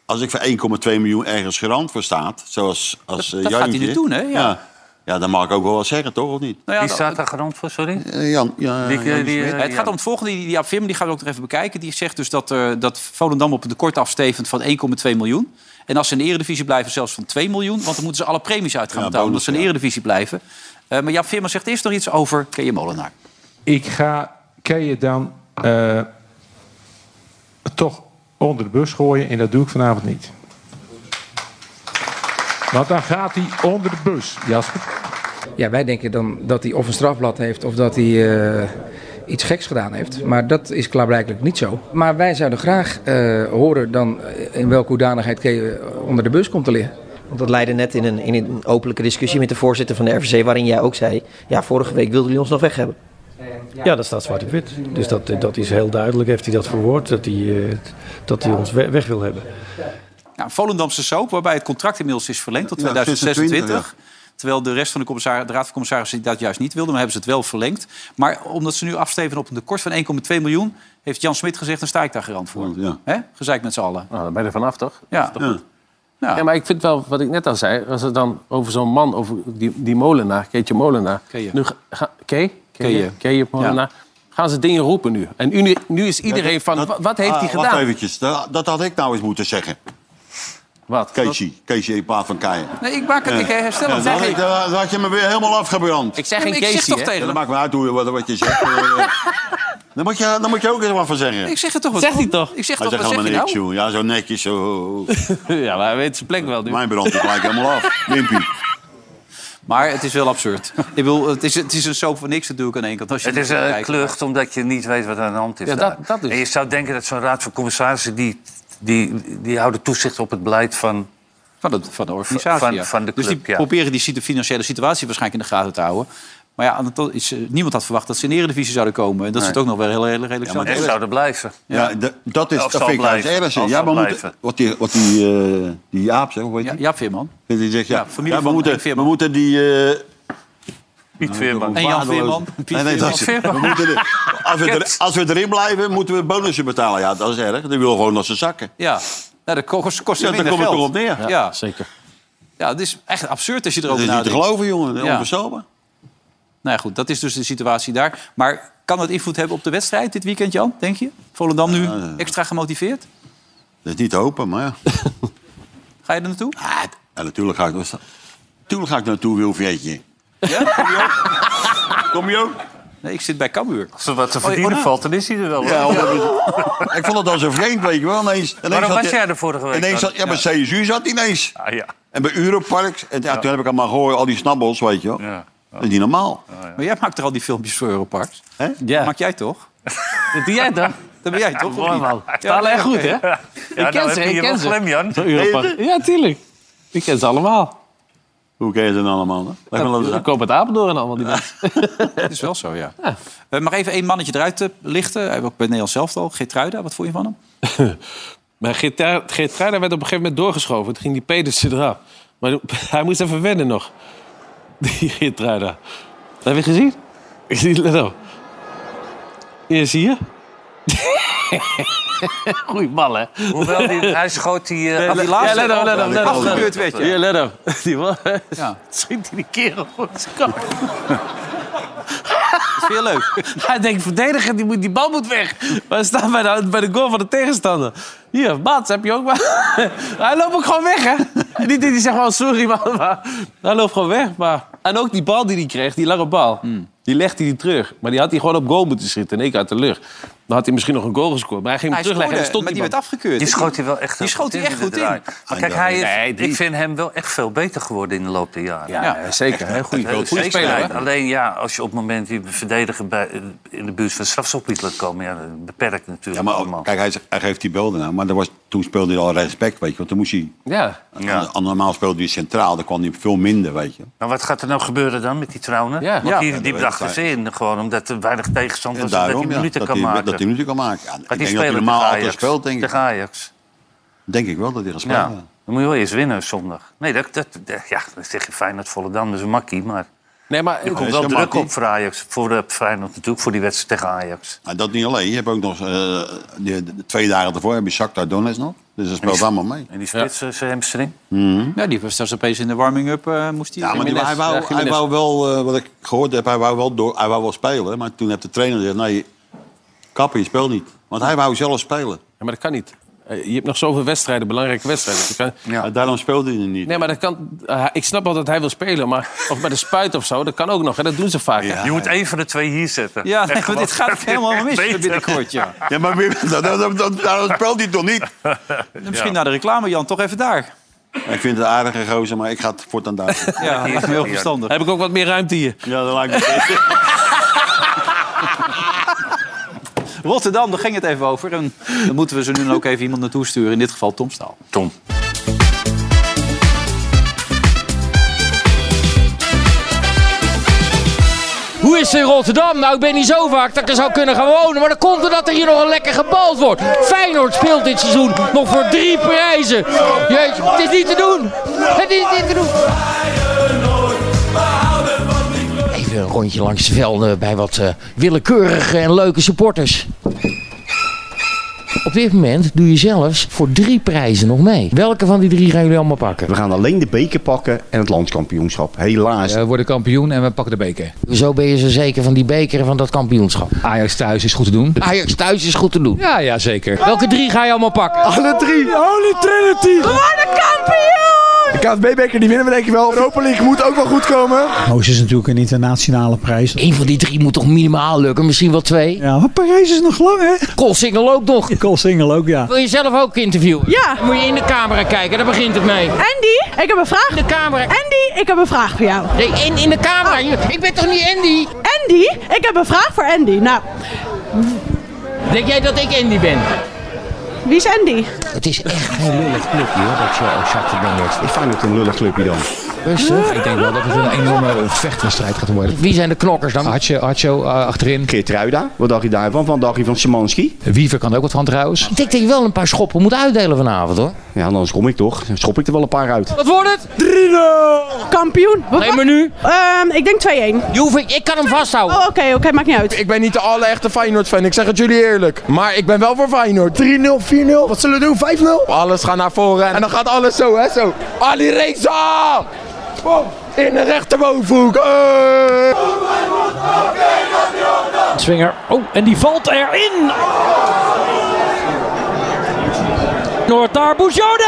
Speaker 4: als ik voor één komma twee miljoen ergens garant voor staat... zoals als
Speaker 2: Dat,
Speaker 4: uh,
Speaker 2: dat gaat hij
Speaker 4: Jantje,
Speaker 2: nu doen, hè? Ja.
Speaker 4: Ja. ja, dan mag ik ook wel wat zeggen, toch? Of niet?
Speaker 2: Nou ja,
Speaker 3: Wie
Speaker 2: dat-
Speaker 3: staat daar garant voor, sorry?
Speaker 4: Uh, Jan, ja,
Speaker 3: Die-
Speaker 4: Jan
Speaker 3: die,
Speaker 4: Smit.
Speaker 3: eh,
Speaker 2: Het gaat om het volgende. Die, die Afim, die gaan we ook nog even bekijken. Die zegt dus dat, uh, dat Volendam op een tekort afstevend van één komma twee miljoen. En als ze in de Eredivisie blijven, zelfs van twee miljoen. Want dan moeten ze alle premies uit gaan
Speaker 4: Ja,
Speaker 2: betalen.
Speaker 4: bonus,
Speaker 2: Omdat ze in de
Speaker 4: ja.
Speaker 2: Eredivisie blijven. Uh, maar Jaap Veerman zegt eerst nog iets over Keje Molenaar.
Speaker 11: Ik ga Keje dan uh, toch onder de bus gooien. En dat doe ik vanavond niet. Want dan gaat hij onder de bus, Jasper.
Speaker 10: Ja, wij denken dan dat hij of een strafblad heeft of dat hij uh, iets geks gedaan heeft. Maar dat is klaarblijkelijk niet zo. Maar wij zouden graag uh, horen dan in welke hoedanigheid Keje onder de bus komt te liggen.
Speaker 12: Want dat leidde net in een, in een openlijke discussie met de voorzitter van de R V C... waarin jij ook zei, ja, vorige week wilden jullie ons nog weg hebben.
Speaker 13: Ja, dat staat zwart op wit. Dus dat, dat is heel duidelijk, heeft hij dat verwoord, dat hij, uh, dat hij ons we- weg wil hebben.
Speaker 2: Ja, Volendamse soap, waarbij het contract inmiddels is verlengd tot
Speaker 4: Ja,
Speaker 2: twintig zesentwintig.
Speaker 4: zesentwintig,
Speaker 2: Terwijl de rest van de, commissaris, de Raad van Commissarissen dat juist niet wilde, maar hebben ze het wel verlengd. Maar omdat ze nu afsteven op een tekort van één komma twee miljoen... heeft Jan Smit gezegd, dan sta ik daar garant voor.
Speaker 4: Ja.
Speaker 2: Hè? Gezeik met z'n allen.
Speaker 5: Nou, dan ben je er vanaf, toch?
Speaker 2: Ja.
Speaker 5: Toch
Speaker 4: Ja.
Speaker 5: goed? Ja. Maar ik vind wel, wat ik net al zei... als het dan over zo'n man, over die, die Molenaar, Keetje Molenaar...
Speaker 2: Keje.
Speaker 5: Nu ga, ga, Keje?
Speaker 2: Keje.
Speaker 5: Keje Molenaar. Gaan ze dingen roepen nu. En nu, nu is iedereen van,
Speaker 4: Dat-
Speaker 5: wa- wat heeft
Speaker 4: ah,
Speaker 5: hij
Speaker 4: Wacht
Speaker 5: gedaan?
Speaker 4: eventjes, dat, dat had ik nou eens moeten zeggen.
Speaker 5: Wat?
Speaker 4: Keesje, Keesje in plaats van Keijen.
Speaker 2: Nee, ik, maak het, ik herstel
Speaker 4: Ja,
Speaker 2: het.
Speaker 4: dan,
Speaker 2: zeg
Speaker 4: had
Speaker 2: ik.
Speaker 4: ik, dan had je me weer helemaal afgebrand.
Speaker 5: Ik zeg
Speaker 2: Ja,
Speaker 5: geen
Speaker 2: maar ik zeg
Speaker 5: Keesje,
Speaker 2: toch
Speaker 5: hè?
Speaker 2: tegen
Speaker 4: Ja,
Speaker 2: hem.
Speaker 4: dat maakt me uit hoe, wat, wat je zegt. Eh, dan, moet je, dan moet je ook eens wat van zeggen.
Speaker 2: Ik zeg het toch. wat-
Speaker 5: Zegt hij toch?
Speaker 2: Ik zeg
Speaker 4: Hij
Speaker 2: toch,
Speaker 4: zegt
Speaker 2: wat zeg
Speaker 4: helemaal
Speaker 2: je
Speaker 4: niks,
Speaker 2: nou?
Speaker 4: joh. Ja, zo netjes. Zo.
Speaker 5: Ja, maar hij weet zijn plek wel nu.
Speaker 4: Mijn brand is gelijk helemaal af. Wimpie.
Speaker 2: Maar het is wel absurd. Ik bedoel, het is, het is een soap voor niks natuurlijk aan één kant. Als je
Speaker 3: Het is
Speaker 2: er naar
Speaker 3: een
Speaker 2: kijkt.
Speaker 3: klucht omdat je niet weet wat er aan de hand is.
Speaker 5: Ja,
Speaker 3: daar.
Speaker 5: dat- dat is-
Speaker 3: En je zou denken dat zo'n raad van commissarissen... die, die, die houden toezicht op het beleid van...
Speaker 2: Van de, van de organisatie,
Speaker 3: Van-
Speaker 2: ja.
Speaker 3: van de
Speaker 2: Dus die
Speaker 3: club, ja.
Speaker 2: proberen die situ- financiële situatie waarschijnlijk in de gaten te houden. Maar ja, aan het- is, eh, niemand had verwacht dat ze in de Eredivisie zouden komen. En dat ze het ook nog wel heel, heel redelijk
Speaker 4: Ja, maar
Speaker 2: zouden
Speaker 3: En zouden blijven.
Speaker 4: Ja, d- dat, is,
Speaker 3: Of
Speaker 4: dat
Speaker 3: zal
Speaker 4: vind ik nou eens
Speaker 3: blijven.
Speaker 4: erg.
Speaker 3: Of
Speaker 4: Ja,
Speaker 3: zal
Speaker 4: we moeten,
Speaker 3: blijven.
Speaker 4: wat die, wat die, uh, die Jaap zegt, hoe heet
Speaker 2: Ja,
Speaker 4: die?
Speaker 2: ja, Veerman.
Speaker 4: Die zegt, ja,
Speaker 2: Ja, familie
Speaker 4: ja, we,
Speaker 2: van
Speaker 4: moeten,
Speaker 2: Henk Veerman.
Speaker 4: we moeten die... Uh,
Speaker 3: Piet Veerman.
Speaker 2: En Jan Veerman. Piet
Speaker 4: Nee, nee, dat,
Speaker 2: Veerman.
Speaker 4: we moeten de, als, we er, als we erin blijven, moeten we bonussen betalen. Ja, dat is erg. Die willen gewoon dat ze zakken.
Speaker 2: Ja, nou, dat kost, kost
Speaker 4: Ja,
Speaker 2: minder
Speaker 4: daar komt het
Speaker 2: geld.
Speaker 4: toch op neer.
Speaker 2: Ja, ja.
Speaker 5: Zeker.
Speaker 2: ja, het is echt absurd als je
Speaker 4: Dat
Speaker 2: erover
Speaker 4: is niet te
Speaker 2: nadenkt.
Speaker 4: geloven, jongen.
Speaker 2: Ja.
Speaker 4: Onvoorstelbaar.
Speaker 2: Nou ja, goed, dat is dus de situatie daar. Maar kan dat invloed hebben op de wedstrijd dit weekend, Jan? Denk je? Volendam nu extra gemotiveerd?
Speaker 4: Dat is niet te hopen, maar ja.
Speaker 2: Ga je er naartoe?
Speaker 4: Ja, natuurlijk ga ik, natuurlijk ga ik naartoe, Wilfriedje.
Speaker 2: Ja? Kom je ook?
Speaker 4: Kom je ook?
Speaker 2: Nee, ik zit bij Cambuur.
Speaker 3: Als er wat te
Speaker 2: Oh,
Speaker 3: verdienen
Speaker 2: oh,
Speaker 3: valt, dan is hij er wel.
Speaker 4: Ja, ik vond het al zo vreemd, weet je wel. Ineens, ineens
Speaker 3: Waarom
Speaker 4: zat
Speaker 3: was
Speaker 4: hij-
Speaker 3: jij er vorige week
Speaker 4: Ineens
Speaker 3: dan?
Speaker 4: zat, ja, bij C S U zat hij ineens.
Speaker 3: Ah, ja.
Speaker 4: En bij Europarks. En ja, toen heb ik allemaal gehoord, al die snabbels, weet je wel.
Speaker 3: Ja.
Speaker 4: Dat is niet normaal.
Speaker 2: Maar jij maakt er al die filmpjes voor Europarks.
Speaker 4: Hè?
Speaker 5: Ja.
Speaker 2: Maak jij toch?
Speaker 5: Dat doe jij dan?
Speaker 2: Dat ben jij toch? of
Speaker 5: Mooi
Speaker 2: niet?
Speaker 5: man. Talen echt goed, hè?
Speaker 3: Ja,
Speaker 5: Ik ken
Speaker 3: nou
Speaker 5: ze,
Speaker 3: heb je
Speaker 5: ik ken
Speaker 3: wel
Speaker 5: ze.
Speaker 3: glem, Jan.
Speaker 5: Europa. Ja, tuurlijk. Ik ken ze allemaal.
Speaker 4: Hoe ken je ze dan allemaal? Hè? Leg me dat eens
Speaker 5: Ik
Speaker 4: uit.
Speaker 5: koop het Apeldoorn en allemaal die mensen.
Speaker 2: Het is wel zo, ja. We mag even één mannetje eruit eh, lichten. Hij heeft ook bij Nederland zelf al. Geertruida, wat vond je van hem?
Speaker 5: Maar Geertruida werd op een gegeven moment doorgeschoven. Toen ging die Pedersen eraf. Maar hij moest even wennen nog. Die Geertruida. Heb je gezien? Let op. Hier, zie je? Goeie bal, hè?
Speaker 3: Hoewel, die, hij schoot die... uh,
Speaker 2: die laatste
Speaker 5: Ja, let op, let op, let op.
Speaker 2: afgekeurd werd, ja.
Speaker 5: Hier, let op. Die bal,
Speaker 2: Ja.
Speaker 5: schiet hij die kerel voor zijn kop.
Speaker 2: Dat is veel leuk.
Speaker 5: Hij denkt, verdediger, die, moet, die bal moet weg. Maar hij staat bij de, bij de goal van de tegenstander. Hier, Mats, heb je ook maar... Hij loopt ook gewoon weg, hè? En die, die zegt gewoon, sorry, man. Maar hij loopt gewoon weg. Maar... En ook die bal die hij kreeg, die lange bal... die legde hij terug. Maar die had hij gewoon op goal moeten schieten. In één keer uit de lucht. Dan had hij misschien nog een goal gescoord. Maar hij ging hem
Speaker 2: Hij
Speaker 5: terugleggen en
Speaker 2: scoorde,
Speaker 5: stond
Speaker 2: maar die
Speaker 5: die
Speaker 2: werd afgekeurd.
Speaker 3: Die schoot hij wel echt
Speaker 2: Die schoot hij echt goed in.
Speaker 3: Maar kijk, hij is,
Speaker 5: Nee, die-
Speaker 3: ik vind hem wel echt veel beter geworden in de loop der jaren.
Speaker 5: Ja,
Speaker 2: Ja.
Speaker 5: zeker. Hè? Goeie,
Speaker 3: Heel
Speaker 5: goeie
Speaker 3: zeker.
Speaker 5: speler, hè?
Speaker 3: Alleen ja, als je op het moment die verdediger bij, in de buurt van het strafschopgebied laat komen, ja, dat beperkt
Speaker 4: Ja,
Speaker 3: natuurlijk
Speaker 4: maar
Speaker 3: allemaal.
Speaker 4: kijk, hij, zegt- hij geeft die bel daarna. Maar er was, toen speelde hij al respect, weet je. Want toen moest hij...
Speaker 5: Ja.
Speaker 3: Ja.
Speaker 4: Ja. Normaal speelde hij centraal, dan kwam hij veel minder, weet je.
Speaker 3: Maar wat gaat er nou gebeuren dan met die Trauner?
Speaker 5: Ja.
Speaker 3: Want
Speaker 5: Ja.
Speaker 3: die,
Speaker 4: Ja,
Speaker 3: die
Speaker 4: dat
Speaker 3: brachten
Speaker 4: weet
Speaker 3: ze in, gewoon omdat er weinig tegenstand
Speaker 4: En
Speaker 3: was, zodat hij
Speaker 4: ja,
Speaker 3: minuten
Speaker 4: dat
Speaker 3: kan
Speaker 4: hij,
Speaker 3: maken.
Speaker 4: dat hij minuten kan maken. Ja, ik
Speaker 3: Gaat
Speaker 4: denk
Speaker 3: hij
Speaker 4: dat hij
Speaker 3: spelen
Speaker 4: normaal
Speaker 3: tegen
Speaker 4: altijd
Speaker 3: Ajax?
Speaker 4: speelt, denk ik.
Speaker 3: Tegen Ajax.
Speaker 4: Denk ik wel dat hij gaat spelen.
Speaker 3: Ja. Dan moet je wel eerst winnen zondag. Nee, dat, dat, dat- ja, dat zeg je Feyenoord Volendam, dat is een makkie, maar...
Speaker 5: Nee, Nee, maar
Speaker 3: er komt wel druk op voor Ajax. Voor de Feyenoord natuurlijk, voor die wedstrijd tegen Ajax.
Speaker 4: Nou, dat niet alleen. Je hebt ook nog... Uh, de, de twee dagen daarvoor heb je Shakhtar Donetsk nog. Dus dat speelt allemaal mee.
Speaker 3: En die spits, ja. zijn hamstring?
Speaker 4: Mm-hmm.
Speaker 2: Ja, die was opeens in de warming-up. Uh, moest hij...
Speaker 4: Ja, maar die, hij, wou, hij wou wel, uh, wat ik gehoord heb, hij wou wel, door, hij wou wel spelen. Maar toen heeft de trainer gezegd, nee, kapper, je speelt niet. Want hij wou zelf spelen.
Speaker 5: Ja, maar dat kan niet. Je hebt nog zoveel wedstrijden, belangrijke wedstrijden. Kan...
Speaker 4: Ja. Daarom speelde hij er niet.
Speaker 5: Nee, maar dat kan... Uh, ik snap wel dat hij wil spelen, maar... Of bij de spuit of zo, dat kan ook nog. Hè? Dat doen ze vaak.
Speaker 3: Ja, je moet één van de twee hier zetten.
Speaker 2: Ja, nee, maar dit gaat helemaal mis binnenkort, ja.
Speaker 4: Ja, maar daarom speelt hij toch niet?
Speaker 2: Misschien ja. na de reclame, Jan, toch even daar.
Speaker 4: Ik vind het een aardige gozer, maar ik ga het voortaan daar.
Speaker 2: Ja, dat is heel verstandig.
Speaker 5: Heb ik ook wat meer ruimte hier?
Speaker 4: Ja, dat lijkt me beter.
Speaker 2: Rotterdam, daar ging het even over. En dan moeten we ze nu ook even iemand naartoe sturen. In dit geval Tom Staal.
Speaker 3: Tom.
Speaker 14: Hoe is het in Rotterdam? Nou, ik ben niet zo vaak dat ik er zou kunnen gaan wonen. Maar dan komt er dat er hier nog een lekker gebald wordt. Feyenoord speelt dit seizoen nog voor drie prijzen. Jeetje, het is niet te doen. Het is niet te doen. Even een rondje langs de velden bij wat uh, willekeurige en leuke supporters. Op dit moment doe je zelfs voor drie prijzen nog mee. Welke van die drie gaan jullie allemaal pakken?
Speaker 15: We gaan alleen de beker pakken en het landskampioenschap. Helaas.
Speaker 16: We worden kampioen en we pakken de beker.
Speaker 14: Zo ben je zo zeker van die beker en van dat kampioenschap.
Speaker 16: Ajax thuis is goed te doen.
Speaker 14: Ajax thuis is goed te doen.
Speaker 16: Ja, ja zeker.
Speaker 14: Welke drie ga je allemaal pakken?
Speaker 15: Alle drie. Holy Trinity.
Speaker 14: We worden kampioen!
Speaker 15: De K N V B-beker die winnen we denk ik wel. Europa League moet ook wel goed komen.
Speaker 17: Moos is natuurlijk een internationale prijs.
Speaker 14: Eén van die drie moet toch minimaal lukken, misschien wel twee.
Speaker 17: Ja, maar Parijs is nog lang, hè?
Speaker 14: Koolsingel ook nog.
Speaker 17: Koolsingel ook, ja.
Speaker 14: Wil je zelf ook interviewen?
Speaker 18: Ja.
Speaker 14: Dan moet je in de camera kijken, daar begint het mee.
Speaker 18: Andy, ik heb een vraag.
Speaker 14: In de camera.
Speaker 18: Andy, ik heb een vraag voor jou.
Speaker 14: Nee, in, in de camera. Oh. Ik ben toch niet Andy?
Speaker 18: Andy, ik heb een vraag voor Andy. Nou.
Speaker 14: Denk jij dat ik Andy ben?
Speaker 18: Wie is Andy?
Speaker 14: Het is echt geen lullig clubje hoor, dat je Shakhtar Donetsk.
Speaker 15: Ik vind het een lullig clubje dan.
Speaker 14: Rustig.
Speaker 16: Ik denk wel dat het een enorme vechtwedstrijd gaat worden.
Speaker 14: Wie zijn de knokkers dan?
Speaker 16: Hartje, Hartjo uh, achterin.
Speaker 15: Geertruida, wat dacht je daarvan? Wat dacht je van Szymanski?
Speaker 16: Wiever kan er ook wat van trouwens.
Speaker 14: Ik denk dat je wel een paar schoppen moet uitdelen vanavond hoor.
Speaker 15: Ja, anders kom ik toch. Dan schop ik er wel een paar uit.
Speaker 14: Wat wordt het?
Speaker 18: drie nul. Kampioen.
Speaker 14: Nee, maar nu?
Speaker 18: Uh, ik denk twee één.
Speaker 14: Je hoeft, ik, ik kan hem vasthouden.
Speaker 18: Oh, oké, okay, oké, okay, maakt niet uit.
Speaker 19: Ik ben niet de allerechte Feyenoord-fan, ik zeg het jullie eerlijk. Maar ik ben wel voor Feyenoord.
Speaker 15: drie nul, vier nul, wat zullen we doen? vijf nul?
Speaker 19: Alles gaat naar voren en dan gaat alles zo, hè, zo. Ali Reza! Oh, in de rechterbovenhoek. Hey!
Speaker 14: Swinger. Oh, en die valt erin. Noord daar, Boujode!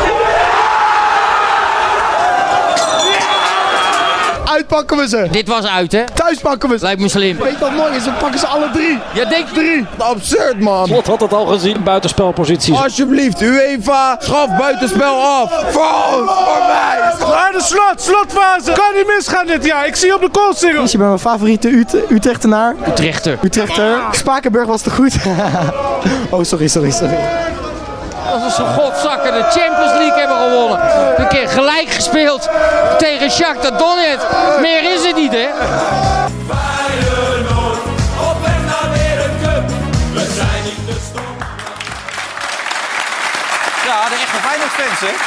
Speaker 15: Uitpakken we ze.
Speaker 14: Dit was uit, hè?
Speaker 15: Thuis pakken we ze.
Speaker 14: Lijkt me slim.
Speaker 15: Weet wat mooi is, we pakken ze alle drie.
Speaker 14: Ja, denk
Speaker 15: drie.
Speaker 19: Absurd, man.
Speaker 14: Slot had het al gezien. Buitenspelposities.
Speaker 19: Alsjeblieft, UEFA, schaf buitenspel af. Voor, voor mij.
Speaker 20: Naar de slot, slotfase. Kan niet misgaan dit jaar. Ik zie op de koolsingel.
Speaker 15: Ik ben mijn favoriete Ut- Utrechternaar.
Speaker 14: Utrechter.
Speaker 15: Utrechter. Spakenburg was te goed. Oh, sorry, sorry, sorry.
Speaker 14: Als ze godzakken de Champions League hebben gewonnen. Een keer gelijk gespeeld tegen Shakhtar Donetsk. Meer is het niet, hè?
Speaker 21: Feyenoord, op weg naar weer een cup. We zijn in de stoel.
Speaker 2: Ja, de echte Feyenoord-fans, hè?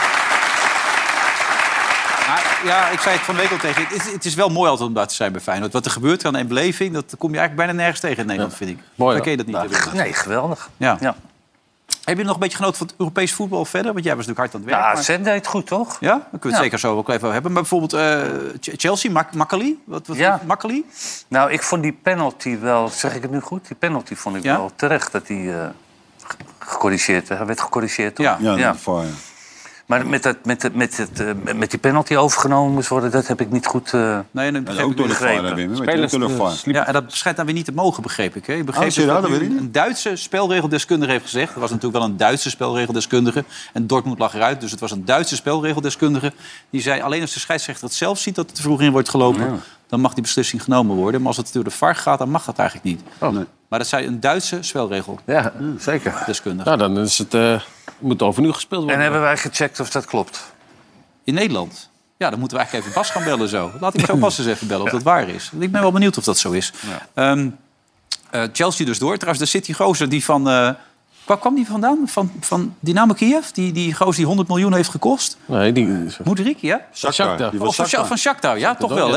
Speaker 2: Maar, ja, ik zei het van de week al tegen je. Het is, het is wel mooi altijd om daar te zijn bij Feyenoord. Wat er gebeurt aan een beleving, dat kom je eigenlijk bijna nergens tegen in Nederland, vind ik.
Speaker 3: Mooi.
Speaker 2: Dan ken je dat niet.
Speaker 3: Nou, nee, geweldig.
Speaker 2: Ja.
Speaker 3: ja.
Speaker 2: Heb je nog een beetje genoten van het Europees voetbal verder? Want jij was natuurlijk hard aan het werk.
Speaker 3: Ja,
Speaker 2: maar...
Speaker 3: Zend deed het goed, toch?
Speaker 2: Ja, dan kunnen we het
Speaker 3: ja.
Speaker 2: zeker zo ook even hebben. Maar bijvoorbeeld uh, Chelsea, Mak- Makkeli? Wat, wat
Speaker 3: ja.
Speaker 2: Makkeli?
Speaker 3: Nou, ik vond die penalty wel, zeg ik het nu goed? Die penalty vond ik ja? wel terecht dat hij uh, gecorrigeerd werd. Hij werd gecorrigeerd, toch?
Speaker 4: Ja, ja,
Speaker 3: ja.
Speaker 4: Voor, ja.
Speaker 3: Maar met, dat, met, het, met, het, uh, met die penalty overgenomen moest worden, dat heb ik niet goed uh,
Speaker 2: nee, dat
Speaker 3: ook
Speaker 2: ik
Speaker 3: begrepen.
Speaker 2: Spelers, ja, en dat schijnt dan weer niet te mogen, begreep ik. Hè? Ik begreep oh, dus dat, dat een, een Duitse spelregeldeskundige heeft gezegd. Er was natuurlijk wel een Duitse spelregeldeskundige. En Dortmund lag eruit, dus het was een Duitse spelregeldeskundige. Die zei, alleen als de scheidsrechter het zelf ziet dat het te vroeg in wordt gelopen... Ja. dan mag die beslissing genomen worden. Maar als het door de V A R gaat, dan mag dat eigenlijk niet. Oh, nee. Maar dat zei een Duitse spelregel.
Speaker 5: Ja, zeker.
Speaker 2: Deskundige.
Speaker 5: Nou, dan is het, uh, moet overnieuw gespeeld worden.
Speaker 3: En hebben wij gecheckt of dat klopt?
Speaker 2: In Nederland? Ja, dan moeten we eigenlijk even Bas gaan bellen zo. Laat ik zo Bas eens even bellen of dat waar is. Ik ben wel benieuwd of dat zo is. Ja. Um, uh, Chelsea dus door. Trouwens, de City gozer die van... Uh, waar kwam die vandaan? Van, van Dynamo Kiev? Die, die gozer die honderd miljoen heeft gekost?
Speaker 5: Nee, die...
Speaker 2: Moedrik, ja?
Speaker 5: Shakhtar.
Speaker 2: Oh, van, van Shakhtar, ja, toch wel, hè?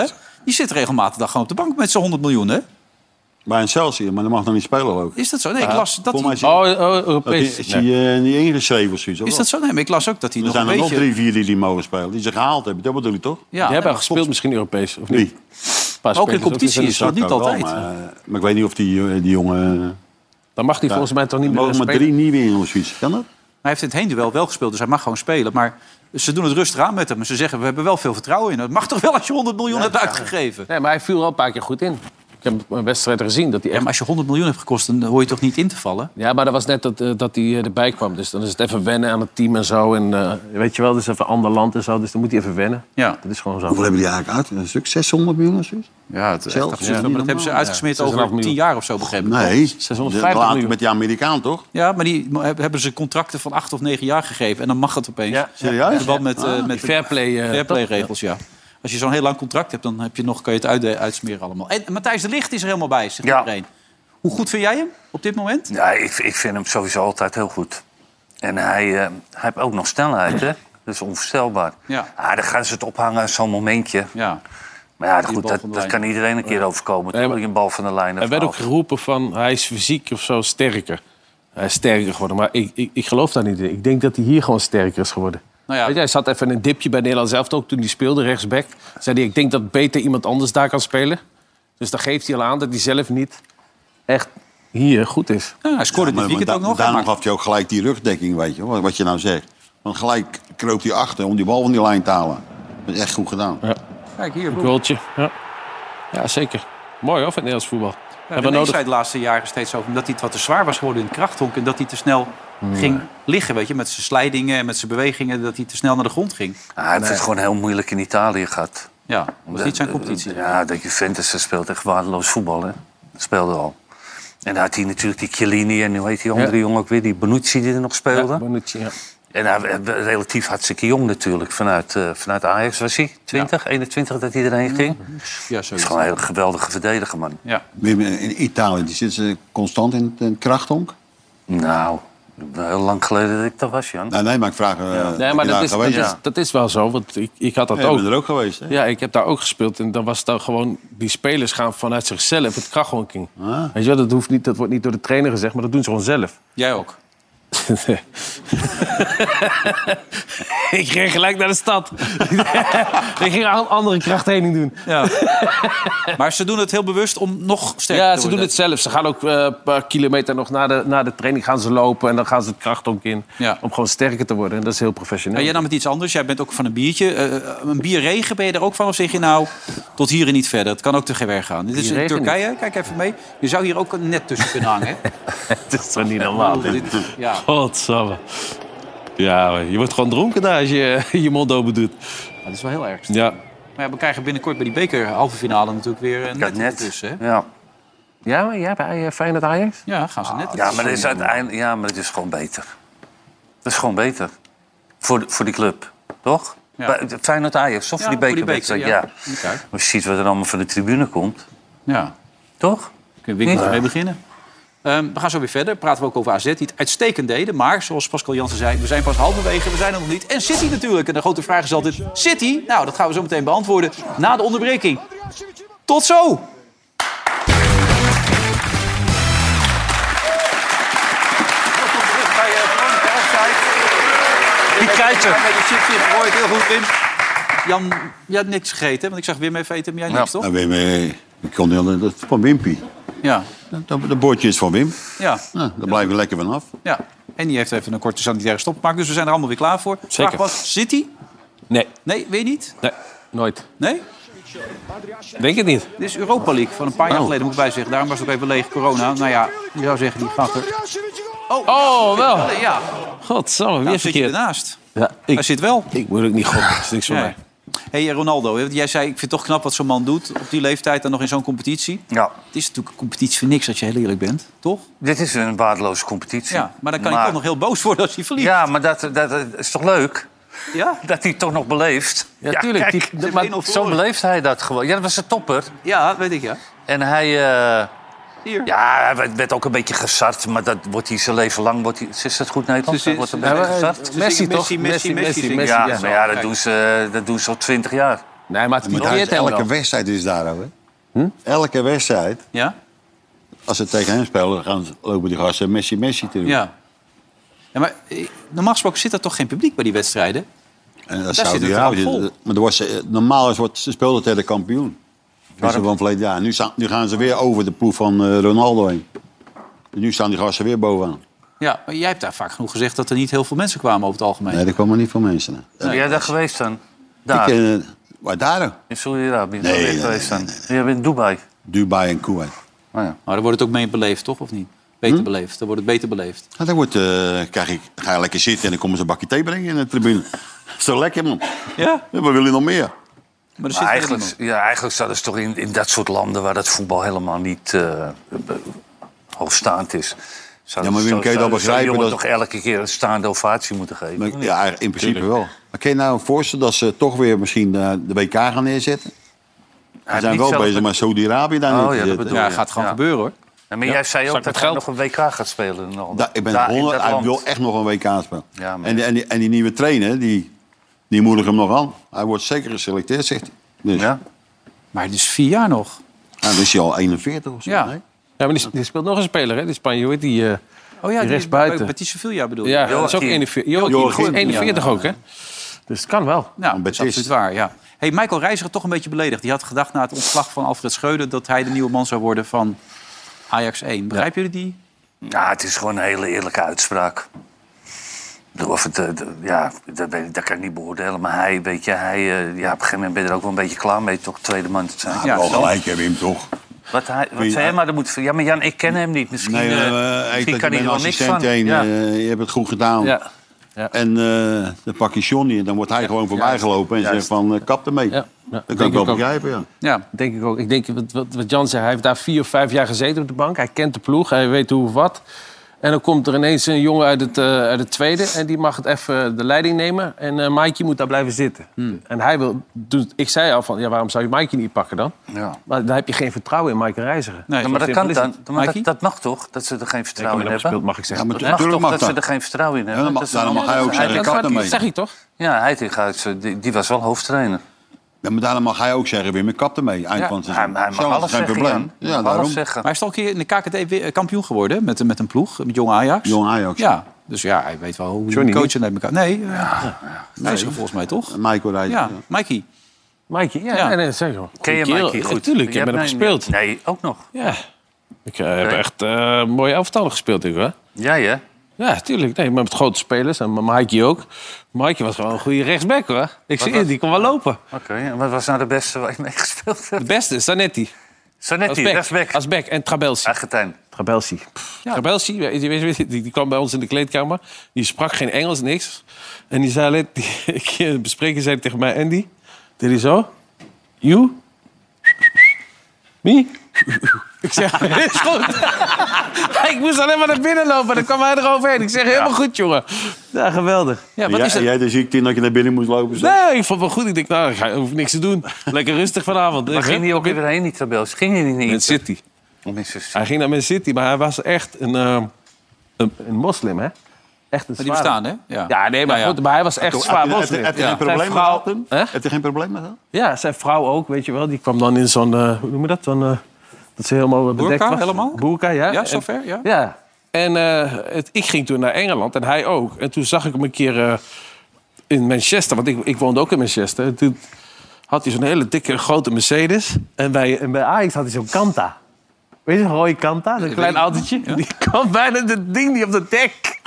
Speaker 2: Die zit regelmatig dan gewoon op de bank met zijn honderd miljoen, hè?
Speaker 4: Bij een Chelsea, maar dat mag dan niet spelen ook.
Speaker 2: Is dat zo? Nee, ik las dat
Speaker 4: Volgens
Speaker 2: hij...
Speaker 4: mij is hij-
Speaker 5: Oh, oh, Europees.
Speaker 4: Is hij eh, niet ingeschreven of zoiets?
Speaker 2: Is dat zo? Nee, maar ik las ook dat hij
Speaker 4: Er
Speaker 2: nog
Speaker 4: zijn
Speaker 2: een
Speaker 4: er nog
Speaker 2: beetje...
Speaker 4: drie, vier die die mogen spelen. Die ze gehaald hebben, dat bedoel je toch?
Speaker 2: Ja,
Speaker 5: Die hebben
Speaker 2: nee,
Speaker 5: gespeeld misschien Europees, of niet?
Speaker 4: Wie?
Speaker 5: Paar
Speaker 2: ook in de
Speaker 5: spelers,
Speaker 2: competitie
Speaker 5: ook
Speaker 2: is dat niet
Speaker 4: ook wel,
Speaker 2: altijd.
Speaker 4: Maar, eh, maar ik weet niet of die, eh, die jongen...
Speaker 5: Dan mag hij volgens mij toch niet
Speaker 4: Er
Speaker 5: meer
Speaker 4: mogen maar
Speaker 5: spelen?
Speaker 4: drie nieuwe in of zoiets. Kan dat?
Speaker 2: Hij heeft in het heenduel wel gespeeld, dus hij mag gewoon spelen. Maar ze doen het rustig aan met hem. Ze zeggen, we hebben wel veel vertrouwen in hem. Het mag toch wel als je honderd miljoen hebt uitgegeven?
Speaker 5: Nee, maar hij viel al een paar keer goed in. Ik heb een wedstrijd gezien dat hij
Speaker 2: Ja,
Speaker 5: echt...
Speaker 2: maar als je honderd miljoen hebt gekost, dan hoor je toch niet in te vallen?
Speaker 5: Ja, maar dat was net dat, eh, dat hij eh, erbij kwam. Dus dan is het even wennen aan het team en zo. En eh, weet je wel, dus even een ander land en zo. Dus dan moet hij even wennen.
Speaker 2: Ja.
Speaker 5: Dat is gewoon zo.
Speaker 4: Hoeveel hebben die eigenlijk uit? Een stuk zeshonderd miljoen of zoiets?
Speaker 2: Ja, het,
Speaker 4: Zelf,
Speaker 2: echt,
Speaker 4: ja.
Speaker 2: maar dat hebben ze uitgesmeerd
Speaker 5: Ja, zes komma vijf
Speaker 2: over tien jaar of zo, begrepen.
Speaker 4: Nee,
Speaker 5: zeshonderdvijftig
Speaker 4: later
Speaker 5: miljoen.
Speaker 4: met die Amerikaan toch?
Speaker 2: Ja, maar die mo- heb- hebben ze contracten van acht of negen jaar gegeven. En dan mag het opeens.
Speaker 5: Ja.
Speaker 4: Serieus?
Speaker 2: In verband met, eh,
Speaker 4: Ah,
Speaker 2: met de
Speaker 5: Fairplay. eh,
Speaker 2: fairplay-regels, ja. Als je zo'n heel lang contract hebt, dan heb je nog, kan je het uit, uitsmeren allemaal. En Matthijs de Ligt is er helemaal bij, zegt
Speaker 3: Ja.
Speaker 2: iedereen. Hoe goed vind jij hem op dit moment?
Speaker 3: Ja, ik, ik vind hem sowieso altijd heel goed. En hij, uh, hij heeft ook nog snelheid, hè? Dat is onvoorstelbaar.
Speaker 2: Ja.
Speaker 3: Ah, dan gaan ze het ophangen aan zo'n momentje.
Speaker 2: Ja.
Speaker 3: Maar ja,
Speaker 2: Die
Speaker 3: goed,
Speaker 2: bal
Speaker 3: dat,
Speaker 2: van de
Speaker 3: dat
Speaker 2: lijn.
Speaker 3: kan iedereen een keer overkomen.
Speaker 5: Nee,
Speaker 3: Toen
Speaker 5: maar-
Speaker 3: je een bal van de lijn
Speaker 5: Er werd ook geroepen van hij is fysiek of zo sterker. Hij is sterker geworden. Maar ik, ik, ik geloof daar niet in. Ik denk dat hij hier gewoon sterker is geworden.
Speaker 2: Nou ja.
Speaker 5: Weet je, hij zat even in een dipje bij Nederland zelf ook toen hij speelde, rechtsback. Zei hij, ik denk dat beter iemand anders daar kan spelen. Dus dan geeft hij al aan dat hij zelf niet echt hier goed is.
Speaker 2: Ja, hij scoorde
Speaker 4: Ja, maar-
Speaker 2: dit weekend
Speaker 4: maar
Speaker 2: ook
Speaker 4: da-
Speaker 2: nog.
Speaker 4: Daarom
Speaker 2: maar-
Speaker 4: gaf hij ook gelijk die rugdekking, weet je, wat, wat je nou zegt. Want gelijk kroop hij achter om die bal van die lijn te halen. Dat is echt goed gedaan.
Speaker 5: Ja.
Speaker 2: Kijk hier,
Speaker 5: Een
Speaker 2: Broek.
Speaker 5: goaltje. Ja. ja, zeker. Mooi hoor, van het Nederlands voetbal.
Speaker 2: Ja,
Speaker 5: Hebben we
Speaker 2: René
Speaker 5: nodig.
Speaker 2: zei de laatste jaren steeds over dat hij het wat te zwaar was geworden in het krachthonk. En dat hij te snel ging liggen, weet je. Met zijn slijdingen en met zijn bewegingen. Dat hij te snel naar de grond ging.
Speaker 3: Ah, hij heeft het gewoon heel moeilijk in Italië gehad.
Speaker 2: Ja, dat was niet zijn competitie.
Speaker 3: Ja, dat Juventus speelt echt waardeloos voetbal, hè. Dat speelde al. En dan had hij natuurlijk die Chiellini en hoe heet die andere
Speaker 5: Ja.
Speaker 3: jongen ook weer? Die Bonucci die er nog speelde.
Speaker 5: Ja, Bonucci, ja.
Speaker 3: En hij hij- relatief hartstikke jong natuurlijk. Vanuit, uh, vanuit Ajax was hij. twintig, eenentwintig dat hij erheen ging.
Speaker 2: Ja,
Speaker 3: Dat is
Speaker 2: zoiets.
Speaker 3: gewoon een hele geweldige verdediger, man.
Speaker 2: Ja.
Speaker 4: In Italië die zitten ze constant in het, in het krachthonk.
Speaker 3: Nou, heel lang geleden dat ik daar was, Jan.
Speaker 4: Nee, nee, maar ik vraag... Uh,
Speaker 5: Nee, maar dat is, dat,
Speaker 4: geweest?
Speaker 5: is, dat is wel zo, want ik, ik had dat
Speaker 4: Ja,
Speaker 5: ook.
Speaker 4: je bent er ook geweest, hè?
Speaker 5: Ja, ik heb daar ook gespeeld. En dan was het dan gewoon... Die spelers gaan vanuit zichzelf het krachthonking.
Speaker 4: Ah.
Speaker 5: Weet je wel, dat, hoeft niet, dat wordt niet door de trainer gezegd, maar dat doen ze gewoon zelf.
Speaker 2: Jij ook.
Speaker 5: Ik ging gelijk naar de stad. Ik ging een andere krachttraining doen.
Speaker 2: Ja. Maar ze doen het heel bewust om nog sterker
Speaker 5: Ja,
Speaker 2: te
Speaker 5: ze doen
Speaker 2: worden.
Speaker 5: het zelf. Ze gaan ook eh, een paar kilometer nog na de, na de training gaan ze lopen. En dan gaan ze het krachthonk in.
Speaker 2: Ja.
Speaker 5: Om gewoon sterker te worden. En dat is heel professioneel.
Speaker 2: Nou, jij nam het iets anders. Jij bent ook van een biertje. Uh, een bierregen, ben je er ook van? Of zeg je nou, tot hier en niet verder? Het kan ook te ver gaan. Dit is in
Speaker 5: Bierregen
Speaker 2: Turkije. Kijk even mee. Je zou hier ook een net tussen kunnen hangen. Hè?
Speaker 5: Het is toch niet normaal?
Speaker 2: Dit- ja.
Speaker 5: Godsamme. Ja, je wordt gewoon dronken daar als je je mond open doet.
Speaker 2: Dat is wel heel erg.
Speaker 5: Ja.
Speaker 2: Maar ja, we krijgen binnenkort bij die beker halve finale natuurlijk weer een net,
Speaker 3: net.
Speaker 2: tussen. Hè?
Speaker 3: Ja.
Speaker 5: Ja, maar jij bij Feyenoord Ajax?
Speaker 2: Ja, gaan ze net.
Speaker 3: Ja, maar, dat is uiteindelijk, ja, maar het is gewoon beter. Dat is gewoon beter. Voor, de- voor die club, toch?
Speaker 2: Ja.
Speaker 3: Bij- Feyenoord Ajax, of
Speaker 2: Ja,
Speaker 3: voor die
Speaker 2: voor die
Speaker 3: bekerwedstrijd,
Speaker 2: beker,
Speaker 3: ja.
Speaker 2: ja. Niet uit.
Speaker 3: Als je ziet wat er allemaal van de tribune komt,
Speaker 2: Ja,
Speaker 3: toch?
Speaker 2: kunnen we winkel
Speaker 3: Ja.
Speaker 2: mee beginnen. Um, we gaan zo weer verder. Praten we ook over A Z, die het uitstekend deden. Maar, zoals Pascal Jansen zei, we zijn pas halverwege. We zijn er nog niet. En City natuurlijk. En de grote vraag is altijd, City? Nou, dat gaan we zo meteen beantwoorden na de onderbreking. Tot zo! Die kijken. Met je chips in gegooid, heel goed, Wim. Jan, je hebt niks gegeten, hè? Want ik zag Wim even eten, maar jij niks, toch?
Speaker 4: Nou, Wim, eh, ik kon heel, dat is van Wimpy.
Speaker 2: Ja.
Speaker 4: Dat, dat bordje is van Wim.
Speaker 2: Ja.
Speaker 4: Nou, daar blijven we lekker vanaf.
Speaker 2: Ja. En die heeft even een korte sanitaire stop gemaakt. Dus we zijn er allemaal weer klaar voor.
Speaker 5: Zeker.
Speaker 2: Vraag was, City?
Speaker 5: Nee.
Speaker 2: Nee, weet je niet?
Speaker 5: Nee, nooit.
Speaker 2: Nee?
Speaker 5: Denk het niet.
Speaker 2: Dit is Europa League van een paar jaar
Speaker 5: Oh.
Speaker 2: geleden, moet ik bij zeggen. Daarom was het ook even leeg, corona. Nou ja, je zou zeggen, die gaat er... Oh,
Speaker 5: Oh, wel.
Speaker 2: Ja,
Speaker 5: Godsamme, weer
Speaker 2: nou, zit je
Speaker 5: verkeerd.
Speaker 2: ernaast.
Speaker 5: Ja, ik,
Speaker 2: Hij zit wel.
Speaker 5: ik moet ook niet gokken. Dat is niks voor
Speaker 2: Nee.
Speaker 5: mij.
Speaker 2: Hé, hey, Ronaldo, hè, jij zei, ik vind het toch knap wat zo'n man doet op die leeftijd en nog in zo'n competitie.
Speaker 3: Ja.
Speaker 2: Het is natuurlijk een competitie voor niks, als je heel eerlijk bent, toch?
Speaker 3: Dit is een waardeloze competitie.
Speaker 2: Ja, maar dan kan hij toch nog heel boos worden als hij verliest.
Speaker 3: Ja, maar dat, dat, dat is toch leuk?
Speaker 2: Ja?
Speaker 3: Dat hij het toch nog beleeft.
Speaker 5: Ja, tuurlijk.
Speaker 3: kijk,
Speaker 5: Die-
Speaker 2: Ze
Speaker 3: maar
Speaker 2: hebben één nul
Speaker 3: zo
Speaker 2: verloren.
Speaker 3: beleeft hij dat gewoon. Ja, dat was een topper.
Speaker 2: Ja, weet ik, ja.
Speaker 3: En hij... eh,
Speaker 2: Hier.
Speaker 3: Ja, hij werd- werd ook een beetje gezart, maar dat wordt hij zijn leven lang... Wordt hij, is dat goed Nederlands?
Speaker 2: Ze- ze-
Speaker 3: Wordt een
Speaker 2: ze-
Speaker 3: beetje
Speaker 2: ze-
Speaker 3: gezart?
Speaker 2: ze-
Speaker 5: Messi,
Speaker 2: zingen
Speaker 5: toch?
Speaker 2: Messi, Messi, Messi,
Speaker 5: Messi,
Speaker 2: zingen.
Speaker 5: Messi,
Speaker 3: Ja,
Speaker 5: ja.
Speaker 3: maar ja, dat
Speaker 2: Kijk.
Speaker 3: doen, ze, dat doen ze al twintig jaar.
Speaker 5: Nee, maar het
Speaker 4: Maar daar is elke wedstrijd is daar ook, hè? Hm? Elke wedstrijd.
Speaker 2: Ja?
Speaker 4: Als ze tegen hem spelen, dan gaan ze, lopen die gasten Messi, Messi te doen.
Speaker 2: Ja. Ja, maar eh, normaal gesproken zit er toch geen publiek bij die wedstrijden?
Speaker 4: En dat
Speaker 2: Daar
Speaker 4: zou
Speaker 2: zit
Speaker 4: die
Speaker 2: het wel vol.
Speaker 4: Maar er was, eh, normaal is wat ze speelden tegen de kampioen. Waarom? Van verleden jaar. Nu, staan, nu gaan ze weer over de ploeg van uh, Ronaldo heen. Nu staan die gasten weer bovenaan.
Speaker 2: Ja, maar jij hebt daar vaak genoeg gezegd dat er niet heel veel mensen kwamen over het algemeen.
Speaker 4: Nee, er kwamen niet veel mensen. Nee.
Speaker 3: Ben jij daar geweest dan? Daar?
Speaker 4: Ik, uh, waar daar dan?
Speaker 3: In Saudi-Arabië?
Speaker 4: Nee,
Speaker 3: Waar ben je
Speaker 4: nee,
Speaker 3: geweest
Speaker 4: nee,
Speaker 3: dan? Je bent in Dubai?
Speaker 4: Dubai en Kuwait.
Speaker 3: Oh, ja.
Speaker 2: Maar dan wordt het ook mee beleefd, toch? Of niet? Beter
Speaker 4: Hm?
Speaker 2: beleefd. Dan wordt het beter beleefd.
Speaker 4: Nou, dan wordt, uh, krijg ik, ga je lekker zitten en dan komen ze een bakje thee brengen in de tribune. Zo lekker, man.
Speaker 2: Ja?
Speaker 4: Ja, wat wil je nog meer?
Speaker 2: Maar,
Speaker 3: maar eigenlijk, ja, eigenlijk staat het toch in, in dat soort landen waar dat voetbal helemaal niet uh, hoogstaand is. Zou,
Speaker 4: Ja, maar Wim, kan je dat begrijpen?
Speaker 3: Je
Speaker 4: Dat...
Speaker 3: toch elke keer een staande ovatie moeten geven?
Speaker 4: Maar, ja, in principe Tuurlijk. wel. Maar kun je nou voorstellen dat ze toch weer misschien uh, de W K gaan neerzetten? Ze zijn wel bezig met, met Saudi-Arabië daar
Speaker 3: oh,
Speaker 4: neer te
Speaker 3: ja,
Speaker 4: zetten.
Speaker 3: dat
Speaker 2: Ja, gaat gewoon ja. gebeuren, hoor.
Speaker 3: Ja, maar
Speaker 2: ja.
Speaker 3: jij zei ook dat hij nog een W K gaat spelen.
Speaker 4: Da, ik ben honderd, hij wil echt nog een W K spelen. Ja, en, die, en, die, en die nieuwe trainer, die, die moedigt hem nog aan. Hij wordt zeker geselecteerd, zegt hij. Dus.
Speaker 2: Ja. Maar het is vier jaar nog.
Speaker 4: Ja, dan is hij al eenenveertig of zo.
Speaker 2: Ja,
Speaker 5: ja maar die, die speelt nog een speler, hè? Die Spanjoord, die, uh,
Speaker 2: oh ja,
Speaker 5: die rechtsbuiten.
Speaker 2: Betis Sevilla bedoel je?
Speaker 5: Ja, dat is ook eenenveertig. Joachim, eenenveertig ja. ook, hè? Dus het kan wel.
Speaker 2: Nou, dat is absoluut waar, ja. Hey, Michael Reiziger toch een beetje beledigd. Die had gedacht na het ontslag van Alfred Schreuder dat hij de nieuwe man zou worden van Ajax één. Begrijpen jullie die?
Speaker 3: Ja, het is gewoon een hele eerlijke uitspraak. Of het, ja, dat, dat kan ik niet beoordelen. Maar hij, weet je, hij, ja, op een gegeven moment ben je er ook wel een beetje klaar mee, toch? Tweede man te zijn.
Speaker 4: Ja, wel gelijk, hè, Wim, toch?
Speaker 3: Wat, hij, wat zei hij? Maar dat moet, ja, maar Jan, ik ken hem niet. Misschien,
Speaker 4: nee, uh,
Speaker 3: uh, misschien kan hij er wel niks van.
Speaker 4: Heen,
Speaker 3: ja.
Speaker 4: uh, je hebt het goed gedaan. Ja. Ja. En uh, dan pak je Johnny en dan wordt hij ja, gewoon voorbij gelopen en juist. zegt van, uh, kap ermee. Ja. Ja. Dat kan ik wel begrijpen, ja.
Speaker 5: Ja, denk ik ook. Ik denk, wat, wat Jan zei, hij heeft daar vier of vijf jaar gezeten op de bank. Hij kent de ploeg, hij weet hoe of wat. En dan komt er ineens een jongen uit het, uh, uit het tweede en die mag het even de leiding nemen. En uh, Maaike moet daar blijven zitten. Hmm. En hij wil... Dus ik zei al van, ja, waarom zou je Maaike niet pakken dan? Ja. Maar dan heb je geen vertrouwen in Maaike Reiziger.
Speaker 3: Nee, ja, maar dat kan dan. Maar dat, dat mag toch, dat ze er geen vertrouwen in hebben?
Speaker 5: Gespeeld, mag ik zeggen.
Speaker 3: Ja, maar dat mag toch mag dat ze er geen vertrouwen in hebben?
Speaker 4: Ja, dan mag, daarom mag hij ook zeggen, kap ermee.
Speaker 5: Dat zeg ik toch?
Speaker 3: Ja, Heitinga, die, die was wel hoofdtrainer.
Speaker 4: Ja, maar daarom mag hij ook zeggen, Wim, ik kap ermee. Eind
Speaker 3: ja,
Speaker 4: van het
Speaker 3: hij, hij mag alles geen zeggen, probleem. Ja,
Speaker 2: ja,
Speaker 3: alles zeggen.
Speaker 2: Maar hij is toch een keer in de K K T kampioen geworden met, met een ploeg, met Jong Ajax.
Speaker 4: Jong Ajax.
Speaker 2: Ja, dus ja, hij weet wel hoe de coachen naar elkaar... Nee, ja, ja. nee, nee. volgens mij toch?
Speaker 4: Michael Reiziger.
Speaker 2: Ja, Mikey.
Speaker 5: Mikey, ja, ja. Nee, nee, zeker wel.
Speaker 3: Ken je Mikey goed?
Speaker 5: Natuurlijk, ik heb met hem gespeeld.
Speaker 3: Nee, ook nog?
Speaker 5: Ja. Ik uh, heb echt uh, mooie elftallen gespeeld, ik hoor.
Speaker 3: Ja, ja?
Speaker 5: Ja, tuurlijk. Nee, maar met grote spelers. En Mikey ook. Mikey was gewoon een goede rechtsback, hoor. Ik zie je, die kon wel lopen.
Speaker 3: Oké, okay. En wat was nou de beste waar je mee gespeeld hebt?
Speaker 5: De beste, Zanetti.
Speaker 3: Zanetti, rechtsback.
Speaker 5: Als back en Trabelsi.
Speaker 3: Argentijn.
Speaker 5: Trabelsi. Ja. Trabelsi, die, die, die, die kwam bij ons in de kleedkamer. Die sprak geen Engels, niks. En die zei alleen, die, de bespreker zei tegen mij, Andy. Deed hij zo. You. Me. Ik zeg, is goed. Ik moest alleen maar naar binnen lopen. En dan kwam hij eroverheen. Ik zeg, helemaal goed, jongen. Ja, geweldig. Ja,
Speaker 4: wat jij, is het? Jij de ziekte dat je naar binnen moest lopen? Zo?
Speaker 5: Nee, ik vond het wel goed. Ik denk, nou, ik hoef niks te doen. Lekker rustig vanavond.
Speaker 3: Maar ging hij ook weer heen, die Trabels? Ging hij niet?
Speaker 5: Man City. Hij ging naar Man City, maar hij was echt een, uh, een, een moslim, hè? Echt een
Speaker 2: maar die bestaan, hè? Ja,
Speaker 5: ja nee, maar, ja, ja. Goed, maar hij was echt
Speaker 4: toch,
Speaker 5: zwaar
Speaker 4: heb
Speaker 5: moslim.
Speaker 4: Heb je geen probleem met dat? Heb je geen probleem met dat?
Speaker 5: Ja, zijn vrouw ook, weet je wel. Die kwam dan in zo'n, uh, hoe noem je dat? Zo'n, uh, dat ze helemaal bedekt
Speaker 2: Boerka,
Speaker 5: was.
Speaker 2: helemaal?
Speaker 5: Boerka, ja.
Speaker 2: Ja, zover, ja.
Speaker 5: Ja. En uh, het, ik ging toen naar Engeland en hij ook. En toen zag ik hem een keer uh, in Manchester, want ik, ik woonde ook in Manchester. En toen had hij zo'n hele dikke, grote Mercedes. En bij, en bij Ajax had hij zo'n Kanta. Weet je, een rode Kanta, zo'n klein autootje. Ja. Die kwam bijna het ding niet op de dek.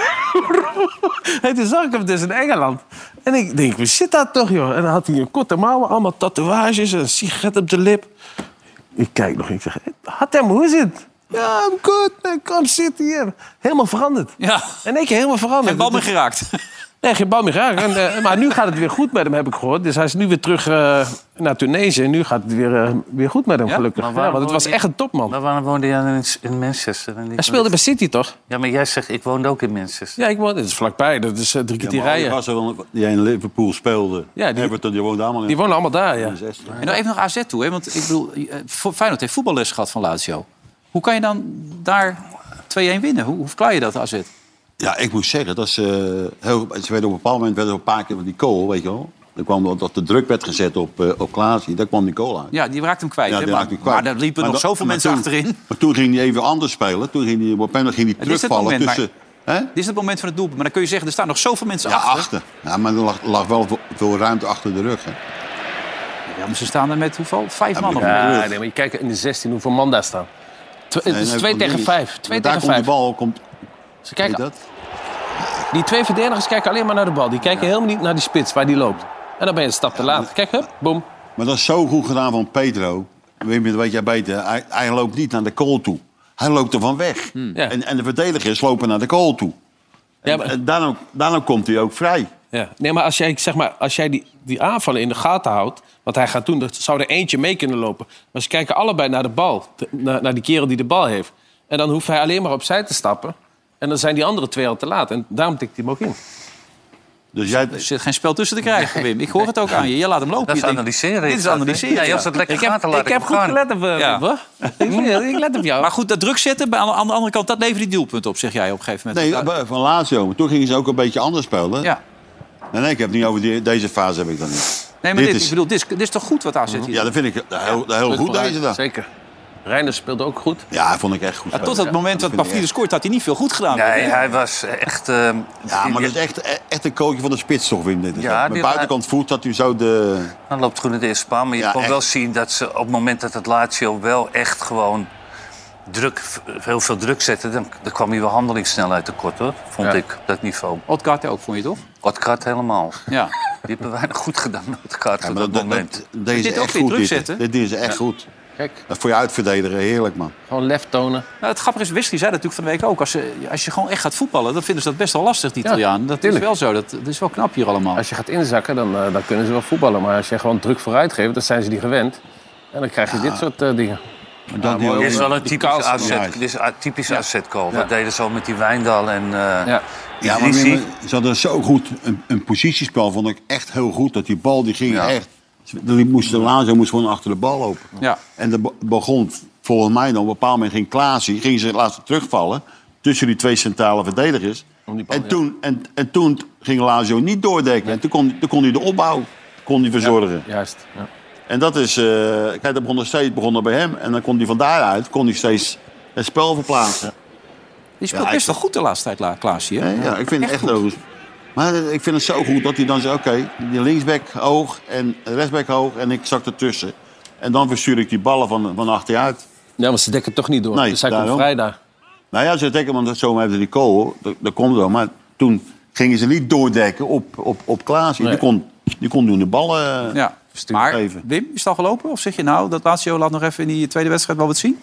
Speaker 5: En toen zag ik hem dus in Engeland. En ik denk, wie zit dat toch, joh? En dan had hij een korte mouwen, allemaal tatoeages, een sigaret op de lip. Ik kijk nog en ik zeg, had hem, hoe is het? Ja, I'm good, man, come sit here. Helemaal veranderd.
Speaker 2: Ja.
Speaker 5: En één keer helemaal veranderd.
Speaker 2: Geen bal meer geraakt.
Speaker 5: Nee, geen bal meer geraakt. En, uh, maar nu gaat het weer goed met hem, heb ik gehoord. Dus hij is nu weer terug uh, naar Tunesië. En nu gaat het weer, uh, weer goed met hem, ja? gelukkig. Ja, want het was echt een topman.
Speaker 3: Maar waarom woonde jij in, in Manchester? En
Speaker 5: hij speelde bij City, toch?
Speaker 3: Ja, maar jij zegt, ik woonde ook in Manchester.
Speaker 5: Ja, ik woonde, dat is vlakbij. Dat is uh, drie keer
Speaker 4: ja,
Speaker 5: rijden.
Speaker 4: Die die in Liverpool speelde,
Speaker 5: ja, die,
Speaker 4: Everton, die woonde allemaal in.
Speaker 5: Die wonen allemaal daar, ja.
Speaker 2: En nou even nog A Z toe, hè? Want ik bedoel, Feyenoord heeft voetballes gehad van Lazio. Hoe kan je dan daar twee-een winnen? Hoe, hoe verklaar je dat, A Z?
Speaker 4: Ja, ik moet zeggen, dat ze, heel, ze werden op een bepaald moment werden een paar keer van die kool, weet je wel. Dan kwam dat de druk werd gezet op, uh, op Klaasie. Daar kwam die goal uit.
Speaker 2: Ja, die raakte hem kwijt.
Speaker 4: Ja,
Speaker 2: hè?
Speaker 4: die
Speaker 2: Maar,
Speaker 4: raakte hem kwijt.
Speaker 2: maar daar liepen
Speaker 4: Maar
Speaker 2: nog
Speaker 4: dat-
Speaker 2: zoveel
Speaker 4: maar
Speaker 2: mensen
Speaker 4: toen-
Speaker 2: achterin.
Speaker 4: Maar toen ging hij even anders spelen. Toen ging hij, op een gegeven moment ging hij
Speaker 2: Het is het
Speaker 4: terugvallen
Speaker 2: moment,
Speaker 4: tussen...
Speaker 2: maar-
Speaker 4: Hè?
Speaker 2: Dit is het moment van het doelpunt. Maar dan kun je zeggen, er staan nog zoveel mensen
Speaker 4: Ja,
Speaker 2: achter.
Speaker 4: achter. Ja, maar er lag, lag wel veel- veel ruimte achter de rug. Hè.
Speaker 2: Ja, maar ze staan er met hoeveel? Vijf man of
Speaker 5: Ja,
Speaker 2: meer.
Speaker 5: nee, maar je kijkt in de zestien hoeveel man daar staan. Tw- het
Speaker 4: Nee,
Speaker 5: is
Speaker 4: nee,
Speaker 5: twee
Speaker 4: van
Speaker 5: tegen
Speaker 4: links.
Speaker 5: vijf. Twee
Speaker 4: Daar
Speaker 5: tegen
Speaker 4: komt
Speaker 5: vijf.
Speaker 4: die bal. Komt,
Speaker 5: Ze kijken,
Speaker 4: Weet je
Speaker 5: die twee verdedigers kijken alleen maar naar de bal. Die kijken helemaal niet naar die spits waar die loopt. En dan ben je een stap te laat. Kijk, hup, boom.
Speaker 4: Maar dat is zo goed gedaan van Pedro. Weet je, weet jij beter. Hij, hij loopt niet naar de goal toe. Hij loopt er van weg.
Speaker 5: Ja.
Speaker 4: En, en de verdedigers lopen naar de goal toe. En,
Speaker 5: Ja, maar-
Speaker 4: en daarom, daarom komt hij ook vrij.
Speaker 5: Ja. Nee, maar als jij, zeg maar, als jij die, die aanvallen in de gaten houdt... wat hij gaat doen, dan zou er eentje mee kunnen lopen. Maar ze kijken allebei naar de bal. te- naar, naar die kerel die de bal heeft. En dan hoeft hij alleen maar opzij te stappen. En dan zijn die andere twee al te laat. En daarom tikt hij hem ook in.
Speaker 4: Dus jij...
Speaker 2: Er zit geen spel tussen te krijgen, Wim. Ik hoor het ook aan je. Je laat hem lopen.
Speaker 3: Dat is
Speaker 2: Je denkt,
Speaker 3: analyseren.
Speaker 2: Dit is analyseren.
Speaker 3: Ja, je als het lekker gaat, dan laat
Speaker 5: ik heb
Speaker 3: hem
Speaker 5: goed
Speaker 3: gaan.
Speaker 5: gelet op... Uh,
Speaker 2: Ja.
Speaker 5: Wat? ik, ik let op jou.
Speaker 2: Maar goed, dat druk zetten, bij- aan de- aan de andere kant, dat levert die doelpunt op, zeg jij op een gegeven moment.
Speaker 4: Nee,
Speaker 2: Ja.
Speaker 4: van Lazio. Maar toen gingen ze ook een beetje anders spelen.
Speaker 2: Ja.
Speaker 4: Nee, nee, ik heb het niet over die, deze fase heb ik dan niet.
Speaker 2: Nee, maar dit,
Speaker 4: is,
Speaker 2: ik bedoel, dit, is, dit is toch goed wat A Z hier
Speaker 4: Ja, dat vind ik heel, heel goed deze dag.
Speaker 5: Zeker. Reinders speelde ook goed.
Speaker 4: Ja, dat vond ik echt goed.
Speaker 2: Ja, tot dat moment dat Pavlidis scoort had hij niet veel goed gedaan.
Speaker 3: Nee, hij was echt... eh,
Speaker 4: Ja, maar dat is echt, echt een kooltje van de spits toch, Wim. Dit is
Speaker 3: Ja,
Speaker 4: echt. Met
Speaker 3: die-
Speaker 4: buitenkant voet dat u zo de...
Speaker 3: Dan loopt goed in de eerste paal. Maar je
Speaker 4: Ja,
Speaker 3: kon
Speaker 4: echt.
Speaker 3: wel zien dat ze op het moment dat het Lazio wel echt gewoon druk, heel veel druk zette... dan, dan kwam hij wel handelingssnelheid tekort, hoor. Vond
Speaker 2: Ja.
Speaker 3: ik, op dat niveau.
Speaker 2: Odgaard ook, vond je toch?
Speaker 3: Odgaard helemaal.
Speaker 2: Ja.
Speaker 3: Die hebben weinig goed gedaan, Odgaard,
Speaker 4: Ja,
Speaker 3: op
Speaker 4: maar
Speaker 3: dat
Speaker 4: dat,
Speaker 3: moment.
Speaker 4: dat, deze
Speaker 2: Dit
Speaker 4: is
Speaker 2: ook
Speaker 4: echt
Speaker 2: weer
Speaker 4: goed.
Speaker 2: druk
Speaker 4: Dit,
Speaker 2: zetten.
Speaker 4: dit is echt goed.
Speaker 5: Kijk.
Speaker 4: Dat voor je uitverdedigen, heerlijk, man.
Speaker 5: Gewoon lef tonen.
Speaker 2: Nou, het grappige is, Wesley zei dat natuurlijk van de week ook. Als je, als je gewoon echt gaat voetballen, dan vinden ze dat best wel lastig, die
Speaker 5: Ja,
Speaker 2: Italianen. Dat
Speaker 5: tuurlijk.
Speaker 2: is wel zo. Dat, dat is wel knap hier allemaal.
Speaker 5: Als je gaat inzakken, dan, uh, dan kunnen ze wel voetballen. Maar als je gewoon druk vooruit geeft, dan zijn ze die gewend. En dan krijg je dit soort uh, dingen.
Speaker 4: Maar dat
Speaker 5: mooi
Speaker 3: Dit is wel een
Speaker 5: Die
Speaker 3: typisch
Speaker 5: Carlsen.
Speaker 3: A Z,
Speaker 4: Ja.
Speaker 3: dit is een typisch A Z-goal.
Speaker 5: Ja.
Speaker 3: Dat deden ze al met die Wijndal en uh,
Speaker 5: Ja.
Speaker 4: Ja, maar
Speaker 3: Idrissi.
Speaker 4: Wim, ze hadden zo goed een, een positiespel, vond ik echt heel goed. Dat die bal, die ging
Speaker 3: Ja.
Speaker 4: echt... De, moest, de Lazio moest gewoon achter de bal lopen.
Speaker 2: Ja.
Speaker 4: En de be- begon, volgens mij dan, op een bepaald moment ging Klaasie, ging ze laten terugvallen tussen die twee centrale verdedigers.
Speaker 5: Om die bal,
Speaker 4: En
Speaker 5: ja.
Speaker 4: toen, en, en toen ging Lazio niet doordekken. En toen kon, toen kon hij de opbouw kon hij verzorgen.
Speaker 5: Juist. Ja.
Speaker 4: En dat is... eh, kijk, dat begon er steeds begonnen bij hem. En dan kon hij van daaruit kon hij steeds het spel verplaatsen.
Speaker 2: Die speelt
Speaker 4: Ja,
Speaker 2: best
Speaker 4: ik-
Speaker 2: wel goed de laatste tijd, La- Klaasje. hè?
Speaker 4: Ja, ja, ik vind het echt heel goed. Maar ik vind het zo goed dat hij dan zegt... Oké, die linksback hoog en rechtsback hoog en ik zak ertussen. En dan verstuur ik die ballen van, van achteruit.
Speaker 5: ja, maar ze dekken toch niet door.
Speaker 4: Nee,
Speaker 5: dus hij komt
Speaker 4: daarom.
Speaker 5: vrij daar.
Speaker 4: Nou ja, ze denken, want zo hebben ze die kool. Dat, dat komt wel. Maar toen gingen ze niet doordekken op, op, op Klaas.
Speaker 5: Nee.
Speaker 4: Die, kon, die kon doen de ballen
Speaker 2: Ja.
Speaker 4: stuk
Speaker 2: Maar
Speaker 4: geven.
Speaker 2: Wim, is het al gelopen? Of zeg je nou, dat Lazio laat nog even in die tweede wedstrijd wel wat zien?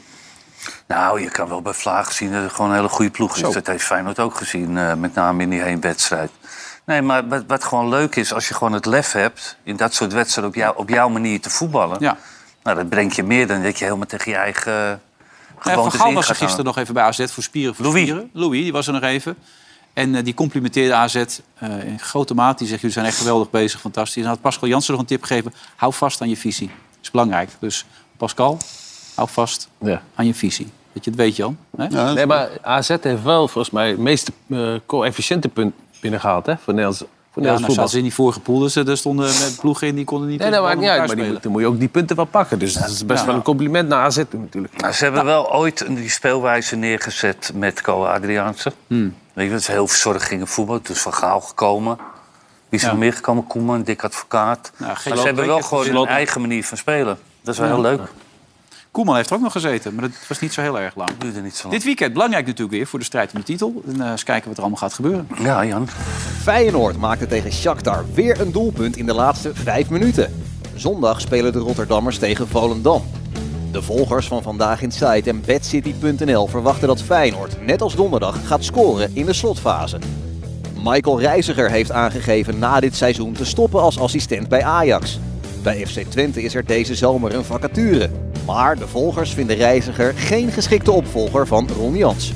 Speaker 3: Nou, je kan wel bij Vlaag zien dat het gewoon een hele goede ploeg is.
Speaker 2: Zo.
Speaker 3: Dat heeft Feyenoord ook gezien, uh, met name in die heenwedstrijd. Nee, maar wat, wat gewoon leuk is, als je gewoon het lef hebt... in dat soort wedstrijden op, jou, op jouw manier te voetballen...
Speaker 2: Ja.
Speaker 3: Nou, dat brengt je meer dan dat je helemaal tegen je eigen
Speaker 2: Ja,
Speaker 3: gewoontes
Speaker 2: Van Gaal
Speaker 3: in
Speaker 2: was er
Speaker 3: gaat
Speaker 2: gisteren
Speaker 3: hangen.
Speaker 2: nog even bij A Z voor Spieren voor
Speaker 3: Louis.
Speaker 2: Spieren. Louis, die was er nog even. En eh, die complimenteerde A Z eh, in grote mate. Die zegt, jullie zijn echt geweldig bezig, fantastisch. En had Pascal Jansen nog een tip gegeven. Hou vast aan je visie. Dat is belangrijk. Dus Pascal, hou vast
Speaker 5: Ja.
Speaker 2: aan je visie. Dat je het weet, Jan. Hè?
Speaker 4: Ja,
Speaker 5: Nee, maar A Z heeft wel volgens mij het meest uh, coëfficiënte punt binnengehaald, hè? Voor Nederlands, voor
Speaker 2: Ja,
Speaker 5: Nederlands
Speaker 2: nou
Speaker 5: voetbal.
Speaker 2: zaten ze in die vorige pool. Dus er stonden met ploegen in die konden niet...
Speaker 5: Nee, dat
Speaker 2: tegen
Speaker 5: maakt niet
Speaker 2: elkaar
Speaker 5: uit. Maar die
Speaker 2: spelen.
Speaker 5: moet, dan moet je ook die punten wel pakken. Dus dat is best
Speaker 2: Ja.
Speaker 5: wel een compliment naar A Z toe natuurlijk.
Speaker 3: Nou, ze hebben wel ooit een- die speelwijze neergezet met Ko Adriaanse.
Speaker 2: Hmm.
Speaker 3: Weet je, dat is heel verzorgd gingen voetbal. Toen is Van Gaal gekomen. Wie is er
Speaker 2: Ja.
Speaker 3: nog meer gekomen? Koeman, Dick Advocaat.
Speaker 2: Nou, geen
Speaker 3: maar ze hebben
Speaker 2: Slot,
Speaker 3: wel gewoon
Speaker 2: Slot.
Speaker 3: een eigen manier van spelen. Dat is wel
Speaker 2: Ja.
Speaker 3: heel leuk.
Speaker 2: Koeman heeft er ook nog gezeten, maar dat was niet zo heel erg lang.
Speaker 3: Duurde niet zo lang.
Speaker 2: Dit weekend belangrijk natuurlijk weer voor de strijd om de titel. En uh, eens kijken wat er allemaal gaat gebeuren.
Speaker 3: Ja, Jan.
Speaker 1: Feyenoord maakte tegen Shakhtar weer een doelpunt in de laatste vijf minuten. Zondag spelen de Rotterdammers tegen Volendam. De volgers van Vandaag in Site en bedcity punt n l verwachten dat Feyenoord, net als donderdag, gaat scoren in de slotfase. Michael Reiziger heeft aangegeven na dit seizoen te stoppen als assistent bij Ajax. Bij F C Twente is er deze zomer een vacature. Maar de volgers vinden Reiziger geen geschikte opvolger van Ron Jans.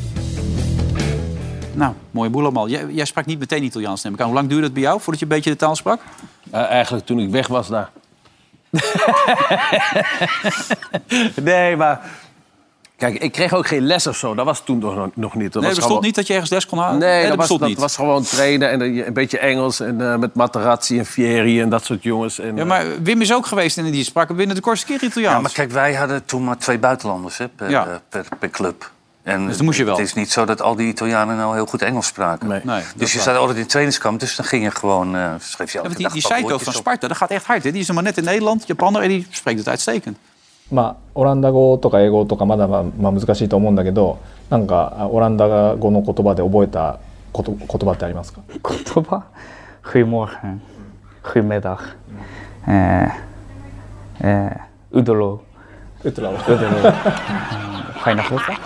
Speaker 2: Nou, mooie boel allemaal. Jij, jij sprak niet meteen Italiaans, neem ik aan. Hoe lang duurde het bij jou voordat je een beetje de taal sprak?
Speaker 5: Uh, eigenlijk toen ik weg was daar. Nee, maar Kijk, ik kreeg ook geen les of zo. Dat was toen nog, nog niet. Dat
Speaker 2: Nee,
Speaker 5: was
Speaker 2: er bestond
Speaker 5: gewoon...
Speaker 2: niet dat je ergens les kon halen?
Speaker 5: Nee, dat,
Speaker 2: dat
Speaker 5: was,
Speaker 2: bestond
Speaker 5: dat
Speaker 2: niet.
Speaker 5: was gewoon trainen en een, een beetje Engels. En uh, met Materazzi en Fieri en dat soort jongens. En,
Speaker 2: Ja, maar Wim is ook geweest en die sprak binnen de kortste keer Italiaans.
Speaker 3: Ja, maar kijk, wij hadden toen maar twee buitenlanders hè, per,
Speaker 2: Ja.
Speaker 3: eh, per, per club. En
Speaker 2: Dus dan moest je wel.
Speaker 3: Het is niet zo dat al die Italianen nou heel goed Engels spraken.
Speaker 2: Nee, dat
Speaker 3: dus
Speaker 2: is
Speaker 3: je
Speaker 2: waar.
Speaker 3: zat altijd in trainingskamp, dus dan ging je gewoon... Uh, schreef je
Speaker 2: Ja,
Speaker 3: elke
Speaker 2: want die,
Speaker 3: dag
Speaker 2: die
Speaker 3: een paar
Speaker 2: Saito
Speaker 3: woordjes
Speaker 2: van
Speaker 3: op.
Speaker 2: Sparta, dat gaat echt hard. Hè? Die is nog maar net in Nederland, Japaner, en die spreekt het uitstekend.
Speaker 6: まあ、オランダ語とか英語とかまだまあまあ難しいと思うんだけど、なんかあオランダ語の言葉で覚えたこと言葉ってありますか？
Speaker 22: 言葉 Goedemorgen, goedemiddag, eh, eh, udolo,
Speaker 6: udolo,
Speaker 22: udolo, fijne groeten.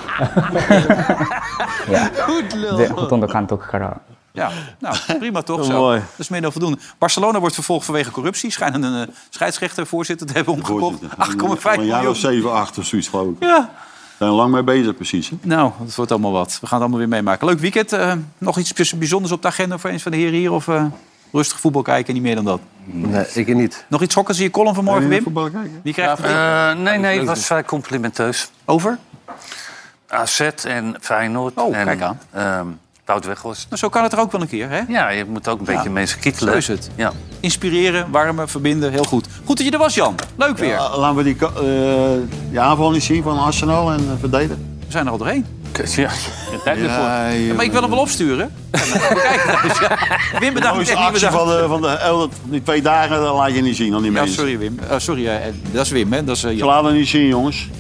Speaker 22: Ja, でほとんど監督から
Speaker 2: Ja, nou, prima toch zo.
Speaker 5: Mooi.
Speaker 2: Dat is meer dan voldoende. Barcelona wordt vervolgd vanwege corruptie. Schijnen een uh, scheidsrechter, voorzitter te hebben omgekocht. acht komma vijf
Speaker 4: Een jaar
Speaker 2: miljoen.
Speaker 4: of zeven, acht of zoiets geloof ik.
Speaker 2: Ja.
Speaker 4: Zijn er lang mee bezig precies. Hè?
Speaker 2: Nou, dat wordt allemaal wat. We gaan het allemaal weer meemaken. Leuk weekend. Uh, nog iets bijzonders op de agenda voor een van de heren hier? Of uh, rustig voetbal kijken, niet meer dan dat?
Speaker 5: Nee, ik niet.
Speaker 2: Nog iets schokkends in je column vanmorgen, Wim?
Speaker 4: Voetbal kijken?
Speaker 2: Wie krijgt het?
Speaker 3: Uh, nee, nee, het was vrij complimenteus.
Speaker 2: Over?
Speaker 3: A Z en Feyenoord.
Speaker 2: Oh,
Speaker 3: en,
Speaker 2: kijk aan.
Speaker 3: Um, Wout Weghorst.
Speaker 2: Nou, zo kan het er ook wel een keer, hè?
Speaker 3: Ja, je moet ook een beetje
Speaker 2: Ja.
Speaker 3: mensen kietelen.
Speaker 2: Zo is het.
Speaker 3: Ja.
Speaker 2: Inspireren, warmen, verbinden, heel goed. Goed dat je er was, Jan. Leuk weer.
Speaker 4: Ja, laten we die, uh, die aanval niet zien van Arsenal en uh, verdedigen.
Speaker 2: We zijn er al doorheen.
Speaker 3: Ja, tijd
Speaker 4: ja,
Speaker 2: ja, maar ik wil hem wel opsturen. Kijk, dus, ja. Wim,
Speaker 4: de
Speaker 2: bedankt.
Speaker 4: mooiste
Speaker 2: Echt niet
Speaker 4: actie
Speaker 2: bedankt.
Speaker 4: van, de, van de, die twee dagen dat laat je niet zien aan die
Speaker 2: Ja,
Speaker 4: mensen.
Speaker 2: sorry Wim. Uh, sorry, uh, dat is Wim, hè? Dat is, uh,
Speaker 4: Ze
Speaker 2: Jan.
Speaker 4: laten niet zien, jongens.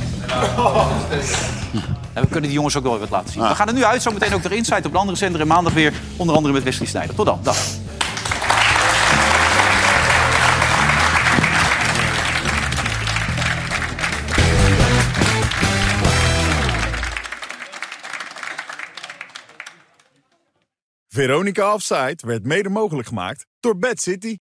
Speaker 2: En we kunnen die jongens ook wel wat laten zien. We gaan er nu uit, zometeen ook de Insight op de andere zender. En maandag weer, onder andere met Wesley Sneijder. Tot dan, dag.
Speaker 23: Veronica Offside werd mede mogelijk gemaakt door Bad City.